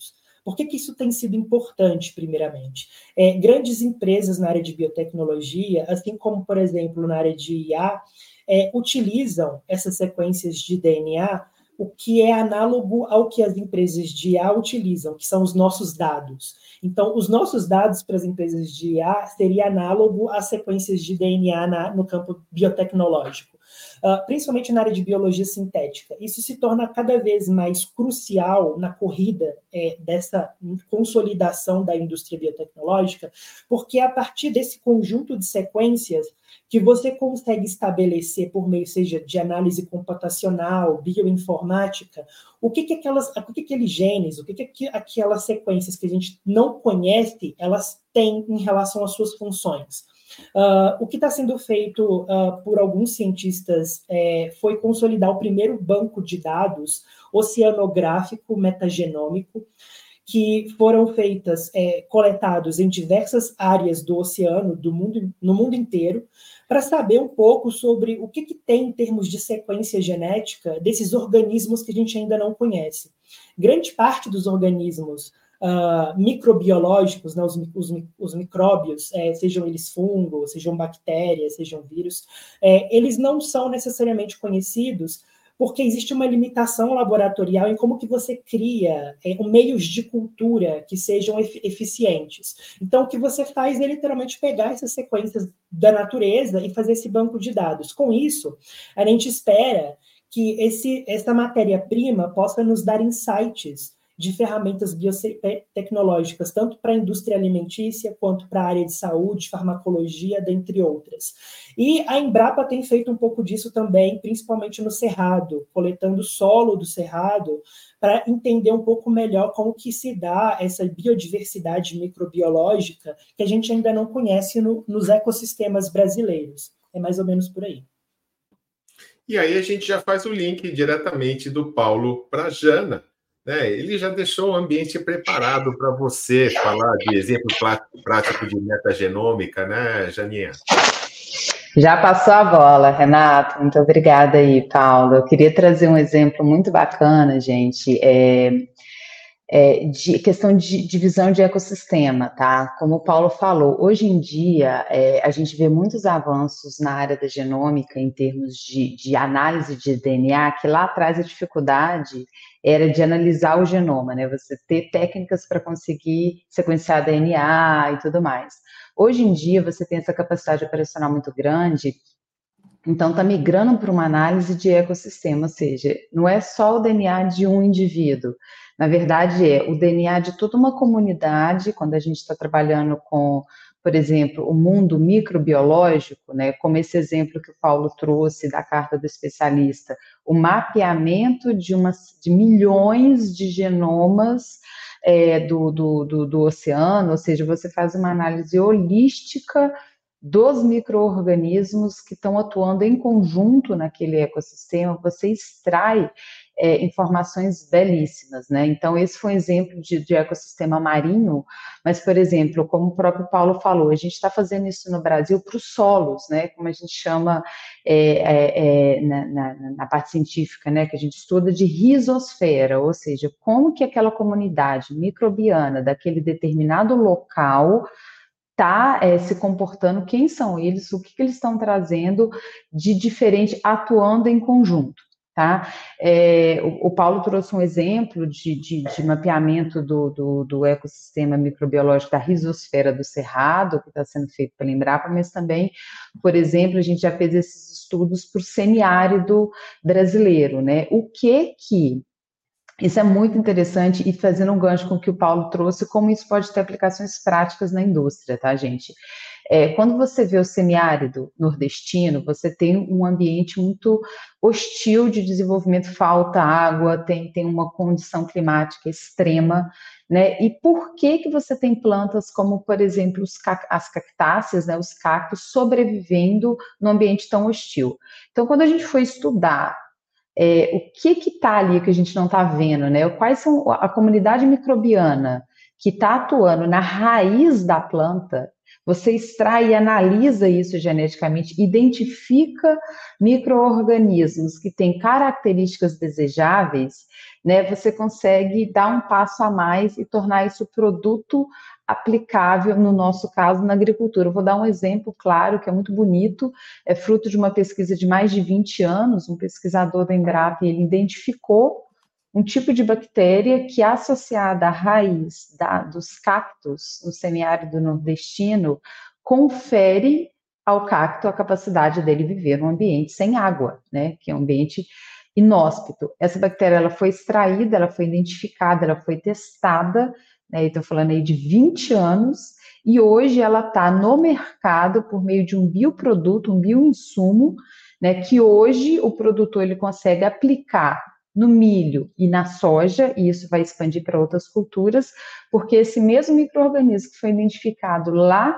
Por que que isso tem sido importante, primeiramente? É, grandes empresas na área de biotecnologia, assim como, por exemplo, na área de I A, é, utilizam essas sequências de D N A, o que é análogo ao que as empresas de I A utilizam, que são os nossos dados. Então, os nossos dados para as empresas de I A seria análogo às sequências de D N A na, no campo biotecnológico, uh, principalmente na área de biologia sintética. Isso se torna cada vez mais crucial na corrida é, dessa consolidação da indústria biotecnológica, porque é a partir desse conjunto de sequências que você consegue estabelecer, por meio, seja de análise computacional, bioinformática, o que que aquelas, o que que aqueles genes, o que que aquelas sequências que a gente não conhece, elas têm em relação às suas funções. Uh, o que está sendo feito uh, por alguns cientistas é, foi consolidar o primeiro banco de dados oceanográfico metagenômico, que foram feitas, é, coletados em diversas áreas do oceano, do mundo, no mundo inteiro, para saber um pouco sobre o que, que tem em termos de sequência genética desses organismos que a gente ainda não conhece. Grande parte dos organismos uh, microbiológicos, né, os, os, os micróbios, é, sejam eles fungos, sejam bactérias, sejam vírus, é, eles não são necessariamente conhecidos porque existe uma limitação laboratorial em como que você cria é, meios de cultura que sejam eficientes. Então, o que você faz é literalmente pegar essas sequências da natureza e fazer esse banco de dados. Com isso, a gente espera que esse, essa matéria-prima possa nos dar insights de ferramentas biotecnológicas, tanto para a indústria alimentícia, quanto para a área de saúde, farmacologia, dentre outras. E a Embrapa tem feito um pouco disso também, principalmente no Cerrado, coletando solo do Cerrado, para entender um pouco melhor como que se dá essa biodiversidade microbiológica que a gente ainda não conhece no, nos ecossistemas brasileiros. É mais ou menos por aí. E aí a gente já faz o link diretamente do Paulo para a Jana. Né? Ele já deixou o ambiente preparado para você falar de exemplo prático de metagenômica, né, Janinha? Já passou a bola, Renato. Muito obrigada aí, Paulo. Eu queria trazer um exemplo muito bacana, gente, é, é, de questão de divisão de ecossistema, tá? Como o Paulo falou, hoje em dia é, a gente vê muitos avanços na área da genômica em termos de, de análise de D N A, que lá atrás a dificuldade era de analisar o genoma, né? Você ter técnicas para conseguir sequenciar D N A e tudo mais. Hoje em dia, você tem essa capacidade operacional muito grande, então está migrando para uma análise de ecossistema, ou seja, não é só o D N A de um indivíduo, na verdade é o D N A de toda uma comunidade, quando a gente está trabalhando com, por exemplo, o mundo microbiológico, né, como esse exemplo que o Paulo trouxe da carta do especialista, o mapeamento de, uma, de milhões de genomas é, do, do, do, do oceano, ou seja, você faz uma análise holística dos micro-organismos que estão atuando em conjunto naquele ecossistema, você extrai é, informações belíssimas, né? Então, esse foi um exemplo de, de ecossistema marinho, mas, por exemplo, como o próprio Paulo falou, a gente está fazendo isso no Brasil para os solos, né? Como a gente chama é, é, é, na, na, na parte científica, né? Que a gente estuda de rizosfera, ou seja, como que aquela comunidade microbiana daquele determinado local está é, se comportando, quem são eles, o que, que eles estão trazendo de diferente, atuando em conjunto, tá? É, o, o Paulo trouxe um exemplo de, de, de mapeamento do, do, do ecossistema microbiológico da rizosfera do Cerrado, que está sendo feito pela Embrapa, mas também, por exemplo, a gente já fez esses estudos para o semiárido brasileiro, né? O que que Isso é muito interessante e fazendo um gancho com o que o Paulo trouxe, como isso pode ter aplicações práticas na indústria, tá, gente? É, quando você vê o semiárido nordestino, você tem um ambiente muito hostil de desenvolvimento, falta água, tem, tem uma condição climática extrema, né? E por que que você tem plantas como, por exemplo, os, as cactáceas, né, os cactos, sobrevivendo num ambiente tão hostil? Então, quando a gente foi estudar É, o que que está ali que a gente não está vendo, né? Quais são a comunidade microbiana que está atuando na raiz da planta, você extrai e analisa isso geneticamente, identifica micro-organismos que têm características desejáveis, né, você consegue dar um passo a mais e tornar isso produto aplicável, no nosso caso, na agricultura. Eu vou dar um exemplo claro, que é muito bonito, é fruto de uma pesquisa de mais de vinte anos, um pesquisador da Embrapa, ele identificou um tipo de bactéria que, associada à raiz da, dos cactos no semiárido nordestino, confere ao cacto a capacidade dele viver num ambiente sem água, né, que é um ambiente inóspito. Essa bactéria ela foi extraída, ela foi identificada, ela foi testada, né, estou falando aí de vinte anos, e hoje ela está no mercado por meio de um bioproduto, um bioinsumo, né, que hoje o produtor ele consegue aplicar no milho e na soja, e isso vai expandir para outras culturas, porque esse mesmo micro-organismo que foi identificado lá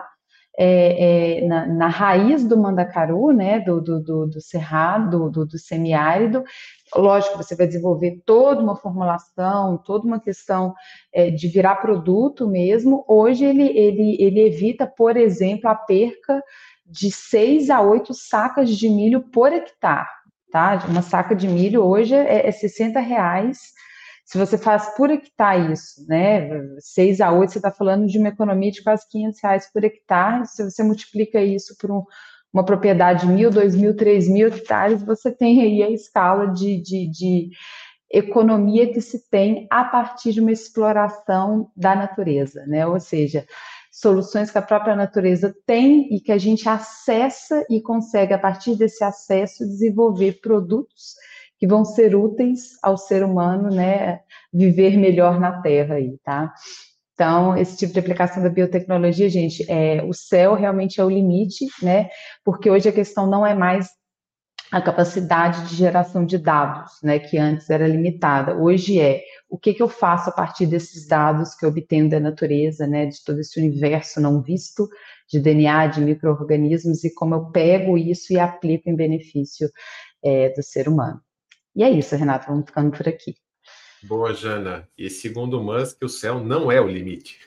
É, é, na, na raiz do mandacaru, né, do, do, do, do cerrado, do, do semiárido, lógico, você vai desenvolver toda uma formulação, toda uma questão é, de virar produto mesmo. Hoje ele, ele, ele evita, por exemplo, a perca de seis a oito sacas de milho por hectare, tá? Uma saca de milho hoje é, é sessenta reais. Se você faz por hectare isso, né, seis a oito, você está falando de uma economia de quase quinhentos reais por hectare. Se você multiplica isso por um, uma propriedade de mil, dois mil, três mil hectares, você tem aí a escala de, de, de economia que se tem a partir de uma exploração da natureza, né? Ou seja, soluções que a própria natureza tem e que a gente acessa e consegue, a partir desse acesso, desenvolver produtos que vão ser úteis ao ser humano, né, viver melhor na Terra aí, tá? Então, esse tipo de aplicação da biotecnologia, gente, é, o céu realmente é o limite, né, porque hoje a questão não é mais a capacidade de geração de dados, né, que antes era limitada. Hoje é o que, que eu faço a partir desses dados que eu obtenho da natureza, né, de todo esse universo não visto, de D N A, de micro-organismos, e como eu pego isso e aplico em benefício é, do ser humano. E é isso, Renato, vamos ficando por aqui. Boa, Jana. E segundo Musk, o céu não é o limite.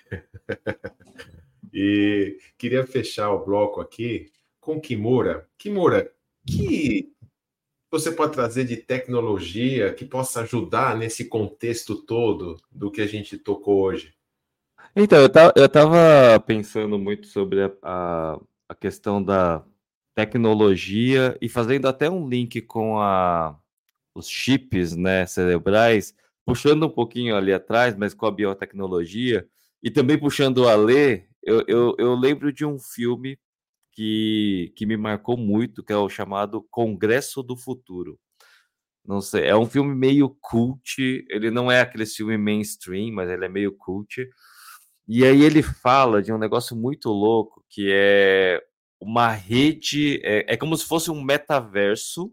E queria fechar o bloco aqui com Kimura. Kimura, que você pode trazer de tecnologia que possa ajudar nesse contexto todo do que a gente tocou hoje? Então, eu tava, eu tava pensando muito sobre a, a, a questão da tecnologia e fazendo até um link com a, os chips, né, cerebrais, puxando um pouquinho ali atrás, mas com a biotecnologia, e também puxando o Alê, eu, eu, eu lembro de um filme que, que me marcou muito, que é o chamado Congresso do Futuro. Não sei, é um filme meio cult, ele não é aquele filme mainstream, mas ele é meio cult. E aí ele fala de um negócio muito louco, que é uma rede, é, é como se fosse um metaverso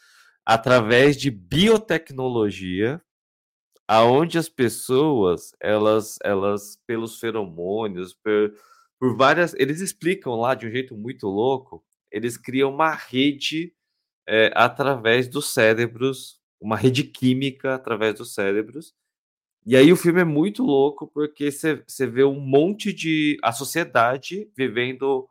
através de biotecnologia, aonde as pessoas, elas, elas pelos feromônios, por, por várias, eles explicam lá de um jeito muito louco, eles criam uma rede é, através dos cérebros, uma rede química através dos cérebros. E aí o filme é muito louco porque você vê um monte de... a sociedade vivendo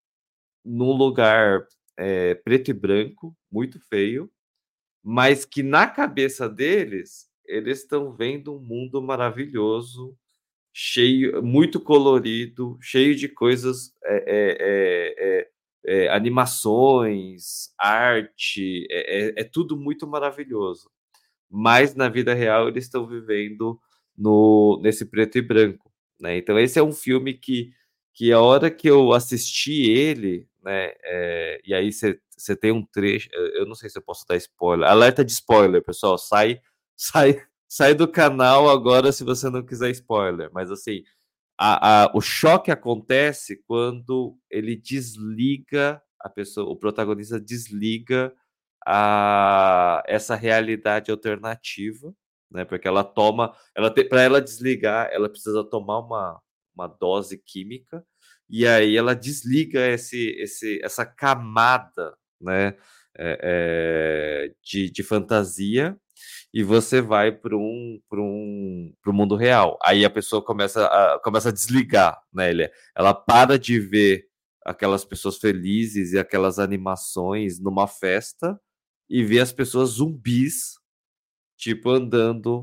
num lugar é, preto e branco, muito feio, mas que na cabeça deles, eles estão vendo um mundo maravilhoso, cheio, muito colorido, cheio de coisas, é, é, é, é, animações, arte, é, é, é tudo muito maravilhoso. Mas na vida real eles estão vivendo no, nesse preto e branco, né? Então esse é um filme que, que a hora que eu assisti ele, né, é, e aí você tem um trecho, eu não sei se eu posso dar spoiler, alerta de spoiler, pessoal, sai, sai, sai do canal agora se você não quiser spoiler, mas assim, a, a, o choque acontece quando ele desliga a pessoa, o protagonista desliga a essa realidade alternativa, né? Porque ela toma, ela para ela desligar, ela precisa tomar uma, uma dose química e aí ela desliga esse, esse, essa camada, né? É, é, de, de fantasia e você vai para um, para um, para o mundo real. Aí a pessoa começa a, começa a desligar, né? Ela para de ver aquelas pessoas felizes e aquelas animações numa festa e ver as pessoas zumbis, tipo, andando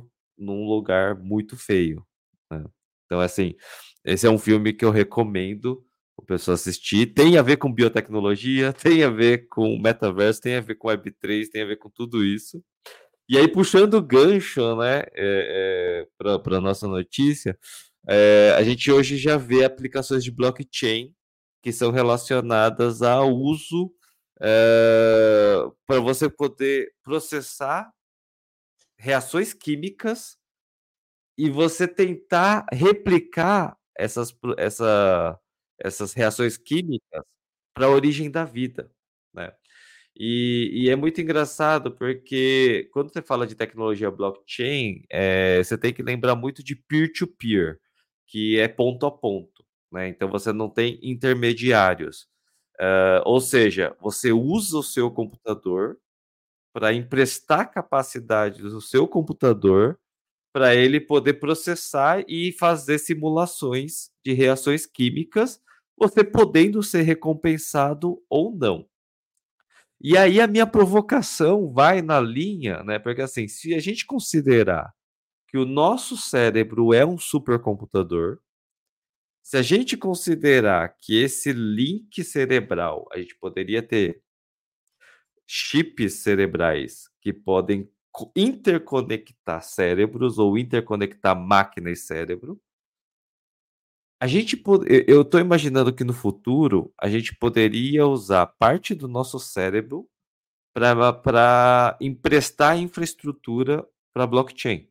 num lugar muito feio, né? Então, assim, esse é um filme que eu recomendo o pessoal assistir. Tem a ver com biotecnologia, tem a ver com metaverso, tem a ver com web três, tem a ver com tudo isso. E aí, puxando o gancho, né, é, é, para a nossa notícia, é, a gente hoje já vê aplicações de blockchain que são relacionadas ao uso é, para você poder processar reações químicas e você tentar replicar essas, essa, essas reações químicas para a origem da vida, né? E, e é muito engraçado porque quando você fala de tecnologia blockchain, é, você tem que lembrar muito de peer-to-peer, que é ponto a ponto, né? Então você não tem intermediários. Uh, ou seja, você usa o seu computador para emprestar capacidade do seu computador para ele poder processar e fazer simulações de reações químicas, você podendo ser recompensado ou não. E aí a minha provocação vai na linha, né? Porque assim, se a gente considerar que o nosso cérebro é um supercomputador, se a gente considerar que esse link cerebral, a gente poderia ter chips cerebrais que podem interconectar cérebros ou interconectar máquina e cérebro, a gente pode, eu estou imaginando que no futuro a gente poderia usar parte do nosso cérebro para emprestar infraestrutura para blockchain.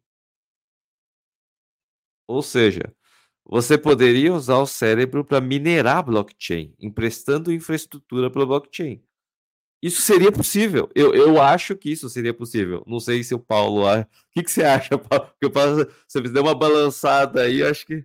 Ou seja, você poderia usar o cérebro para minerar blockchain, emprestando infraestrutura para blockchain. Isso seria possível. Eu, eu acho que isso seria possível. Não sei se o Paulo... O que, que você acha, Paulo? Porque o Paulo, você me deu uma balançada aí, acho que...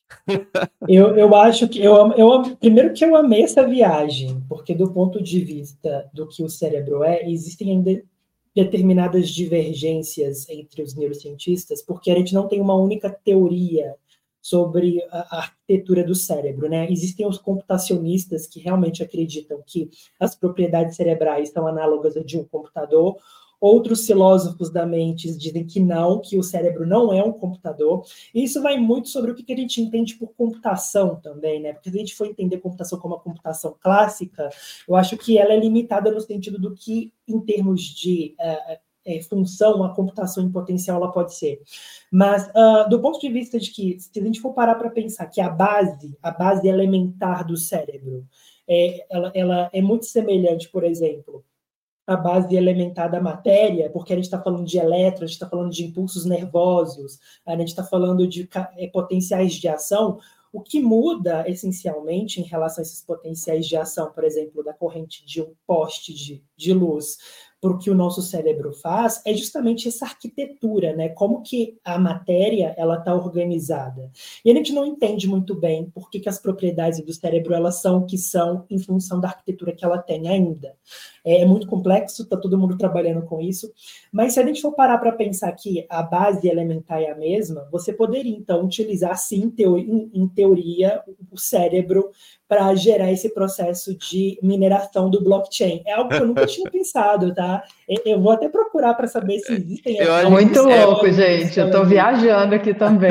eu, eu acho que... Eu, eu, primeiro que eu amei essa viagem, porque do ponto de vista do que o cérebro é, existem ainda determinadas divergências entre os neurocientistas, porque a gente não tem uma única teoria sobre a arquitetura do cérebro, né? Existem os computacionistas que realmente acreditam que as propriedades cerebrais são análogas a de um computador. Outros filósofos da mente dizem que não, que o cérebro não é um computador. E isso vai muito sobre o que a gente entende por computação também, né? Porque se a gente for entender computação como a computação clássica, eu acho que ela é limitada no sentido do que, em termos de uh, é, função, a computação em potencial ela pode ser. Mas, uh, do ponto de vista de que, se a gente for parar para pensar que a base, a base elementar do cérebro, é, ela, ela é muito semelhante, por exemplo, à base elementar da matéria, porque a gente está falando de elétrons, a gente está falando de impulsos nervosos, a gente está falando de é, potenciais de ação. O que muda, essencialmente, em relação a esses potenciais de ação, por exemplo, da corrente de um poste de, de luz, para o que o nosso cérebro faz, é justamente essa arquitetura, né? Como que a matéria ela está organizada. E a gente não entende muito bem por que, que as propriedades do cérebro elas são o que são em função da arquitetura que ela tem ainda. É, é muito complexo, está todo mundo trabalhando com isso, mas se a gente for parar para pensar que a base elementar é a mesma, você poderia, então, utilizar, sim, teoria, em, em teoria, o cérebro para gerar esse processo de mineração do blockchain. É algo que eu nunca tinha pensado, tá? Eu vou até procurar para saber se existem... Eu, muito louco, gente. Eu estou viajando aqui também.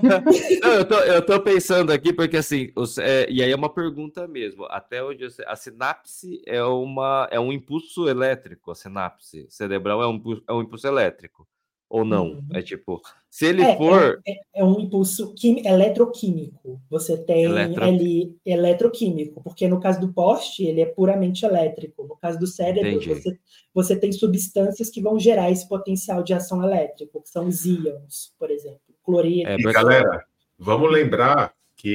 Não, eu, tô, eu tô pensando aqui porque, assim, os, é, e aí é uma pergunta mesmo. Até onde eu sei, a sinapse é, uma, é um impulso elétrico, a sinapse cerebral é um, é um impulso elétrico. Ou não? Uhum. É tipo, se ele é, for... É, é um impulso quim, eletroquímico. Você tem Eletro... ali eletroquímico, porque no caso do poste, ele é puramente elétrico. No caso do cérebro, você, você tem substâncias que vão gerar esse potencial de ação elétrico, que são os íons, por exemplo. Cloreto. É, e, galera, vamos lembrar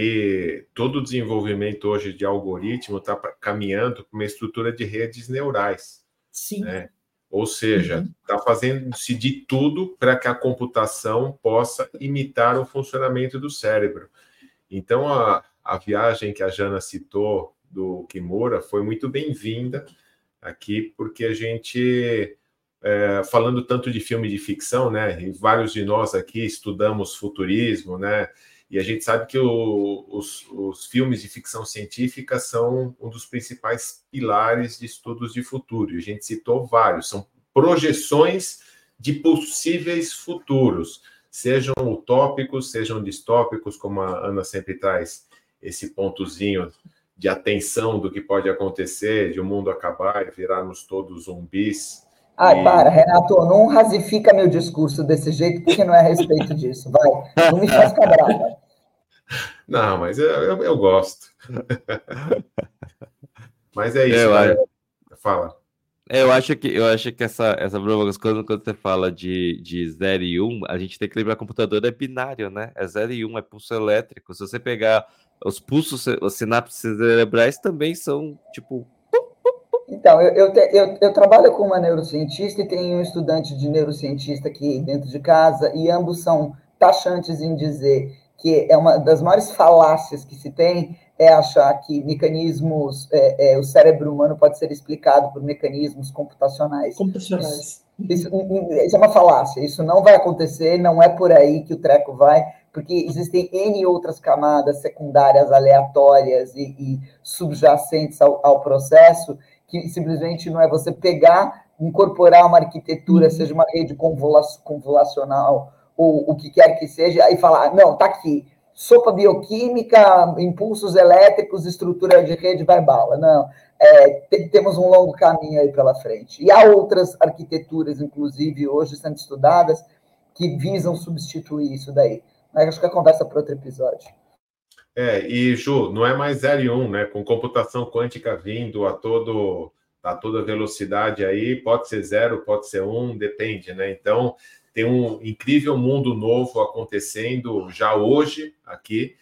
que todo o desenvolvimento hoje de algoritmo está caminhando para uma estrutura de redes neurais. Sim. Né? Ou seja, está uhum. fazendo-se de tudo para que a computação possa imitar o funcionamento do cérebro. Então, a, a viagem que a Jana citou do Kimura foi muito bem-vinda aqui, porque a gente, é, falando tanto de filme de ficção, né, e vários de nós aqui estudamos futurismo, né, e a gente sabe que o, os, os filmes de ficção científica são um dos principais pilares de estudos de futuro. E a gente citou vários, são projeções de possíveis futuros. sejam utópicos, sejam distópicos, como a Ana sempre traz esse pontozinho de atenção do que pode acontecer, de o mundo acabar e virarmos todos zumbis. Ai, e... para, Renato, não rasifica meu discurso desse jeito, porque não é a respeito disso, vai. Não me faz ficar brava. Não, mas eu, eu, eu gosto. Mas é isso, eu galera. Acho... Fala. Eu acho que, eu acho que essa, essa quando, quando você fala de, de zero e um, a gente tem que lembrar que o computador é binário, né? É zero e um, é pulso elétrico. Se você pegar os pulsos, os sinapses cerebrais também são, tipo... Então, eu, eu, te, eu, eu trabalho com uma neurocientista e tenho um estudante de neurocientista aqui dentro de casa, e ambos são taxantes em dizer que é uma das maiores falácias que se tem é achar que mecanismos, é, é, o cérebro humano pode ser explicado por mecanismos computacionais. Computacionais. Isso, isso é uma falácia, isso não vai acontecer, não é por aí que o treco vai, porque existem N outras camadas secundárias, aleatórias e, e subjacentes ao, ao processo, que simplesmente não é você pegar, incorporar uma arquitetura, uhum. seja uma rede convolucional, ou o que quer que seja, e falar, não, tá aqui, sopa bioquímica, impulsos elétricos, estrutura de rede, vai bala. Não, é, te, temos um longo caminho aí pela frente. E há outras arquiteturas, inclusive, hoje sendo estudadas, que visam substituir isso daí. Mas acho que a conversa para outro episódio. É, e Ju, não é mais zero e um, né? Com computação quântica vindo a todo a toda velocidade aí, pode ser zero, pode ser um, depende, né? Então, tem um incrível mundo novo acontecendo já hoje aqui,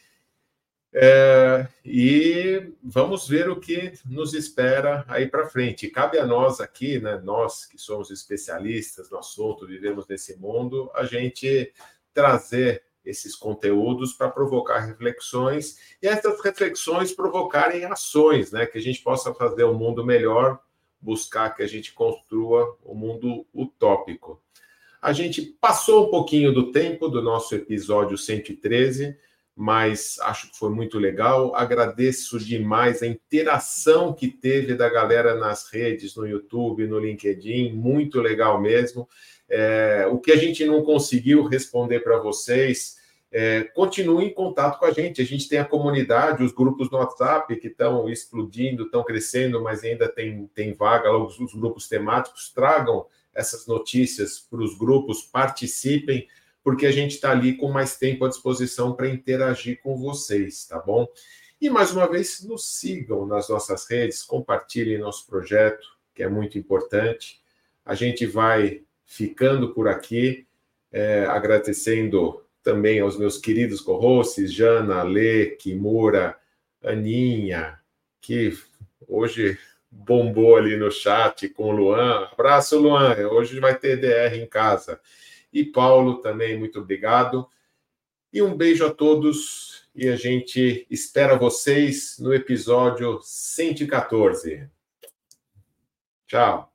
é, e vamos ver o que nos espera aí para frente. Cabe a nós aqui, né? Nós que somos especialistas no assunto, vivemos nesse mundo, a gente trazer esses conteúdos para provocar reflexões, e essas reflexões provocarem ações, né? Que a gente possa fazer um mundo melhor, buscar que a gente construa um mundo utópico. A gente passou um pouquinho do tempo do nosso episódio cento e treze, mas acho que foi muito legal. Agradeço demais a interação que teve da galera nas redes, no YouTube, no LinkedIn, muito legal mesmo. É, o que a gente não conseguiu responder para vocês, é, continue em contato com a gente. A gente tem a comunidade, os grupos no WhatsApp que estão explodindo, estão crescendo, mas ainda tem, tem vaga, os, os grupos temáticos. Tragam essas notícias para os grupos, participem, porque a gente está ali com mais tempo à disposição para interagir com vocês, tá bom? E, mais uma vez, nos sigam nas nossas redes, compartilhem nosso projeto, que é muito importante. A gente vai ficando por aqui, é, agradecendo também aos meus queridos co-hosts, Jana, Lê, Kimura, Aninha, que hoje bombou ali no chat com o Luan. Abraço, Luan, hoje vai ter D R em casa. E Paulo também, muito obrigado. E um beijo a todos, e a gente espera vocês no episódio cento e quatorze. Tchau.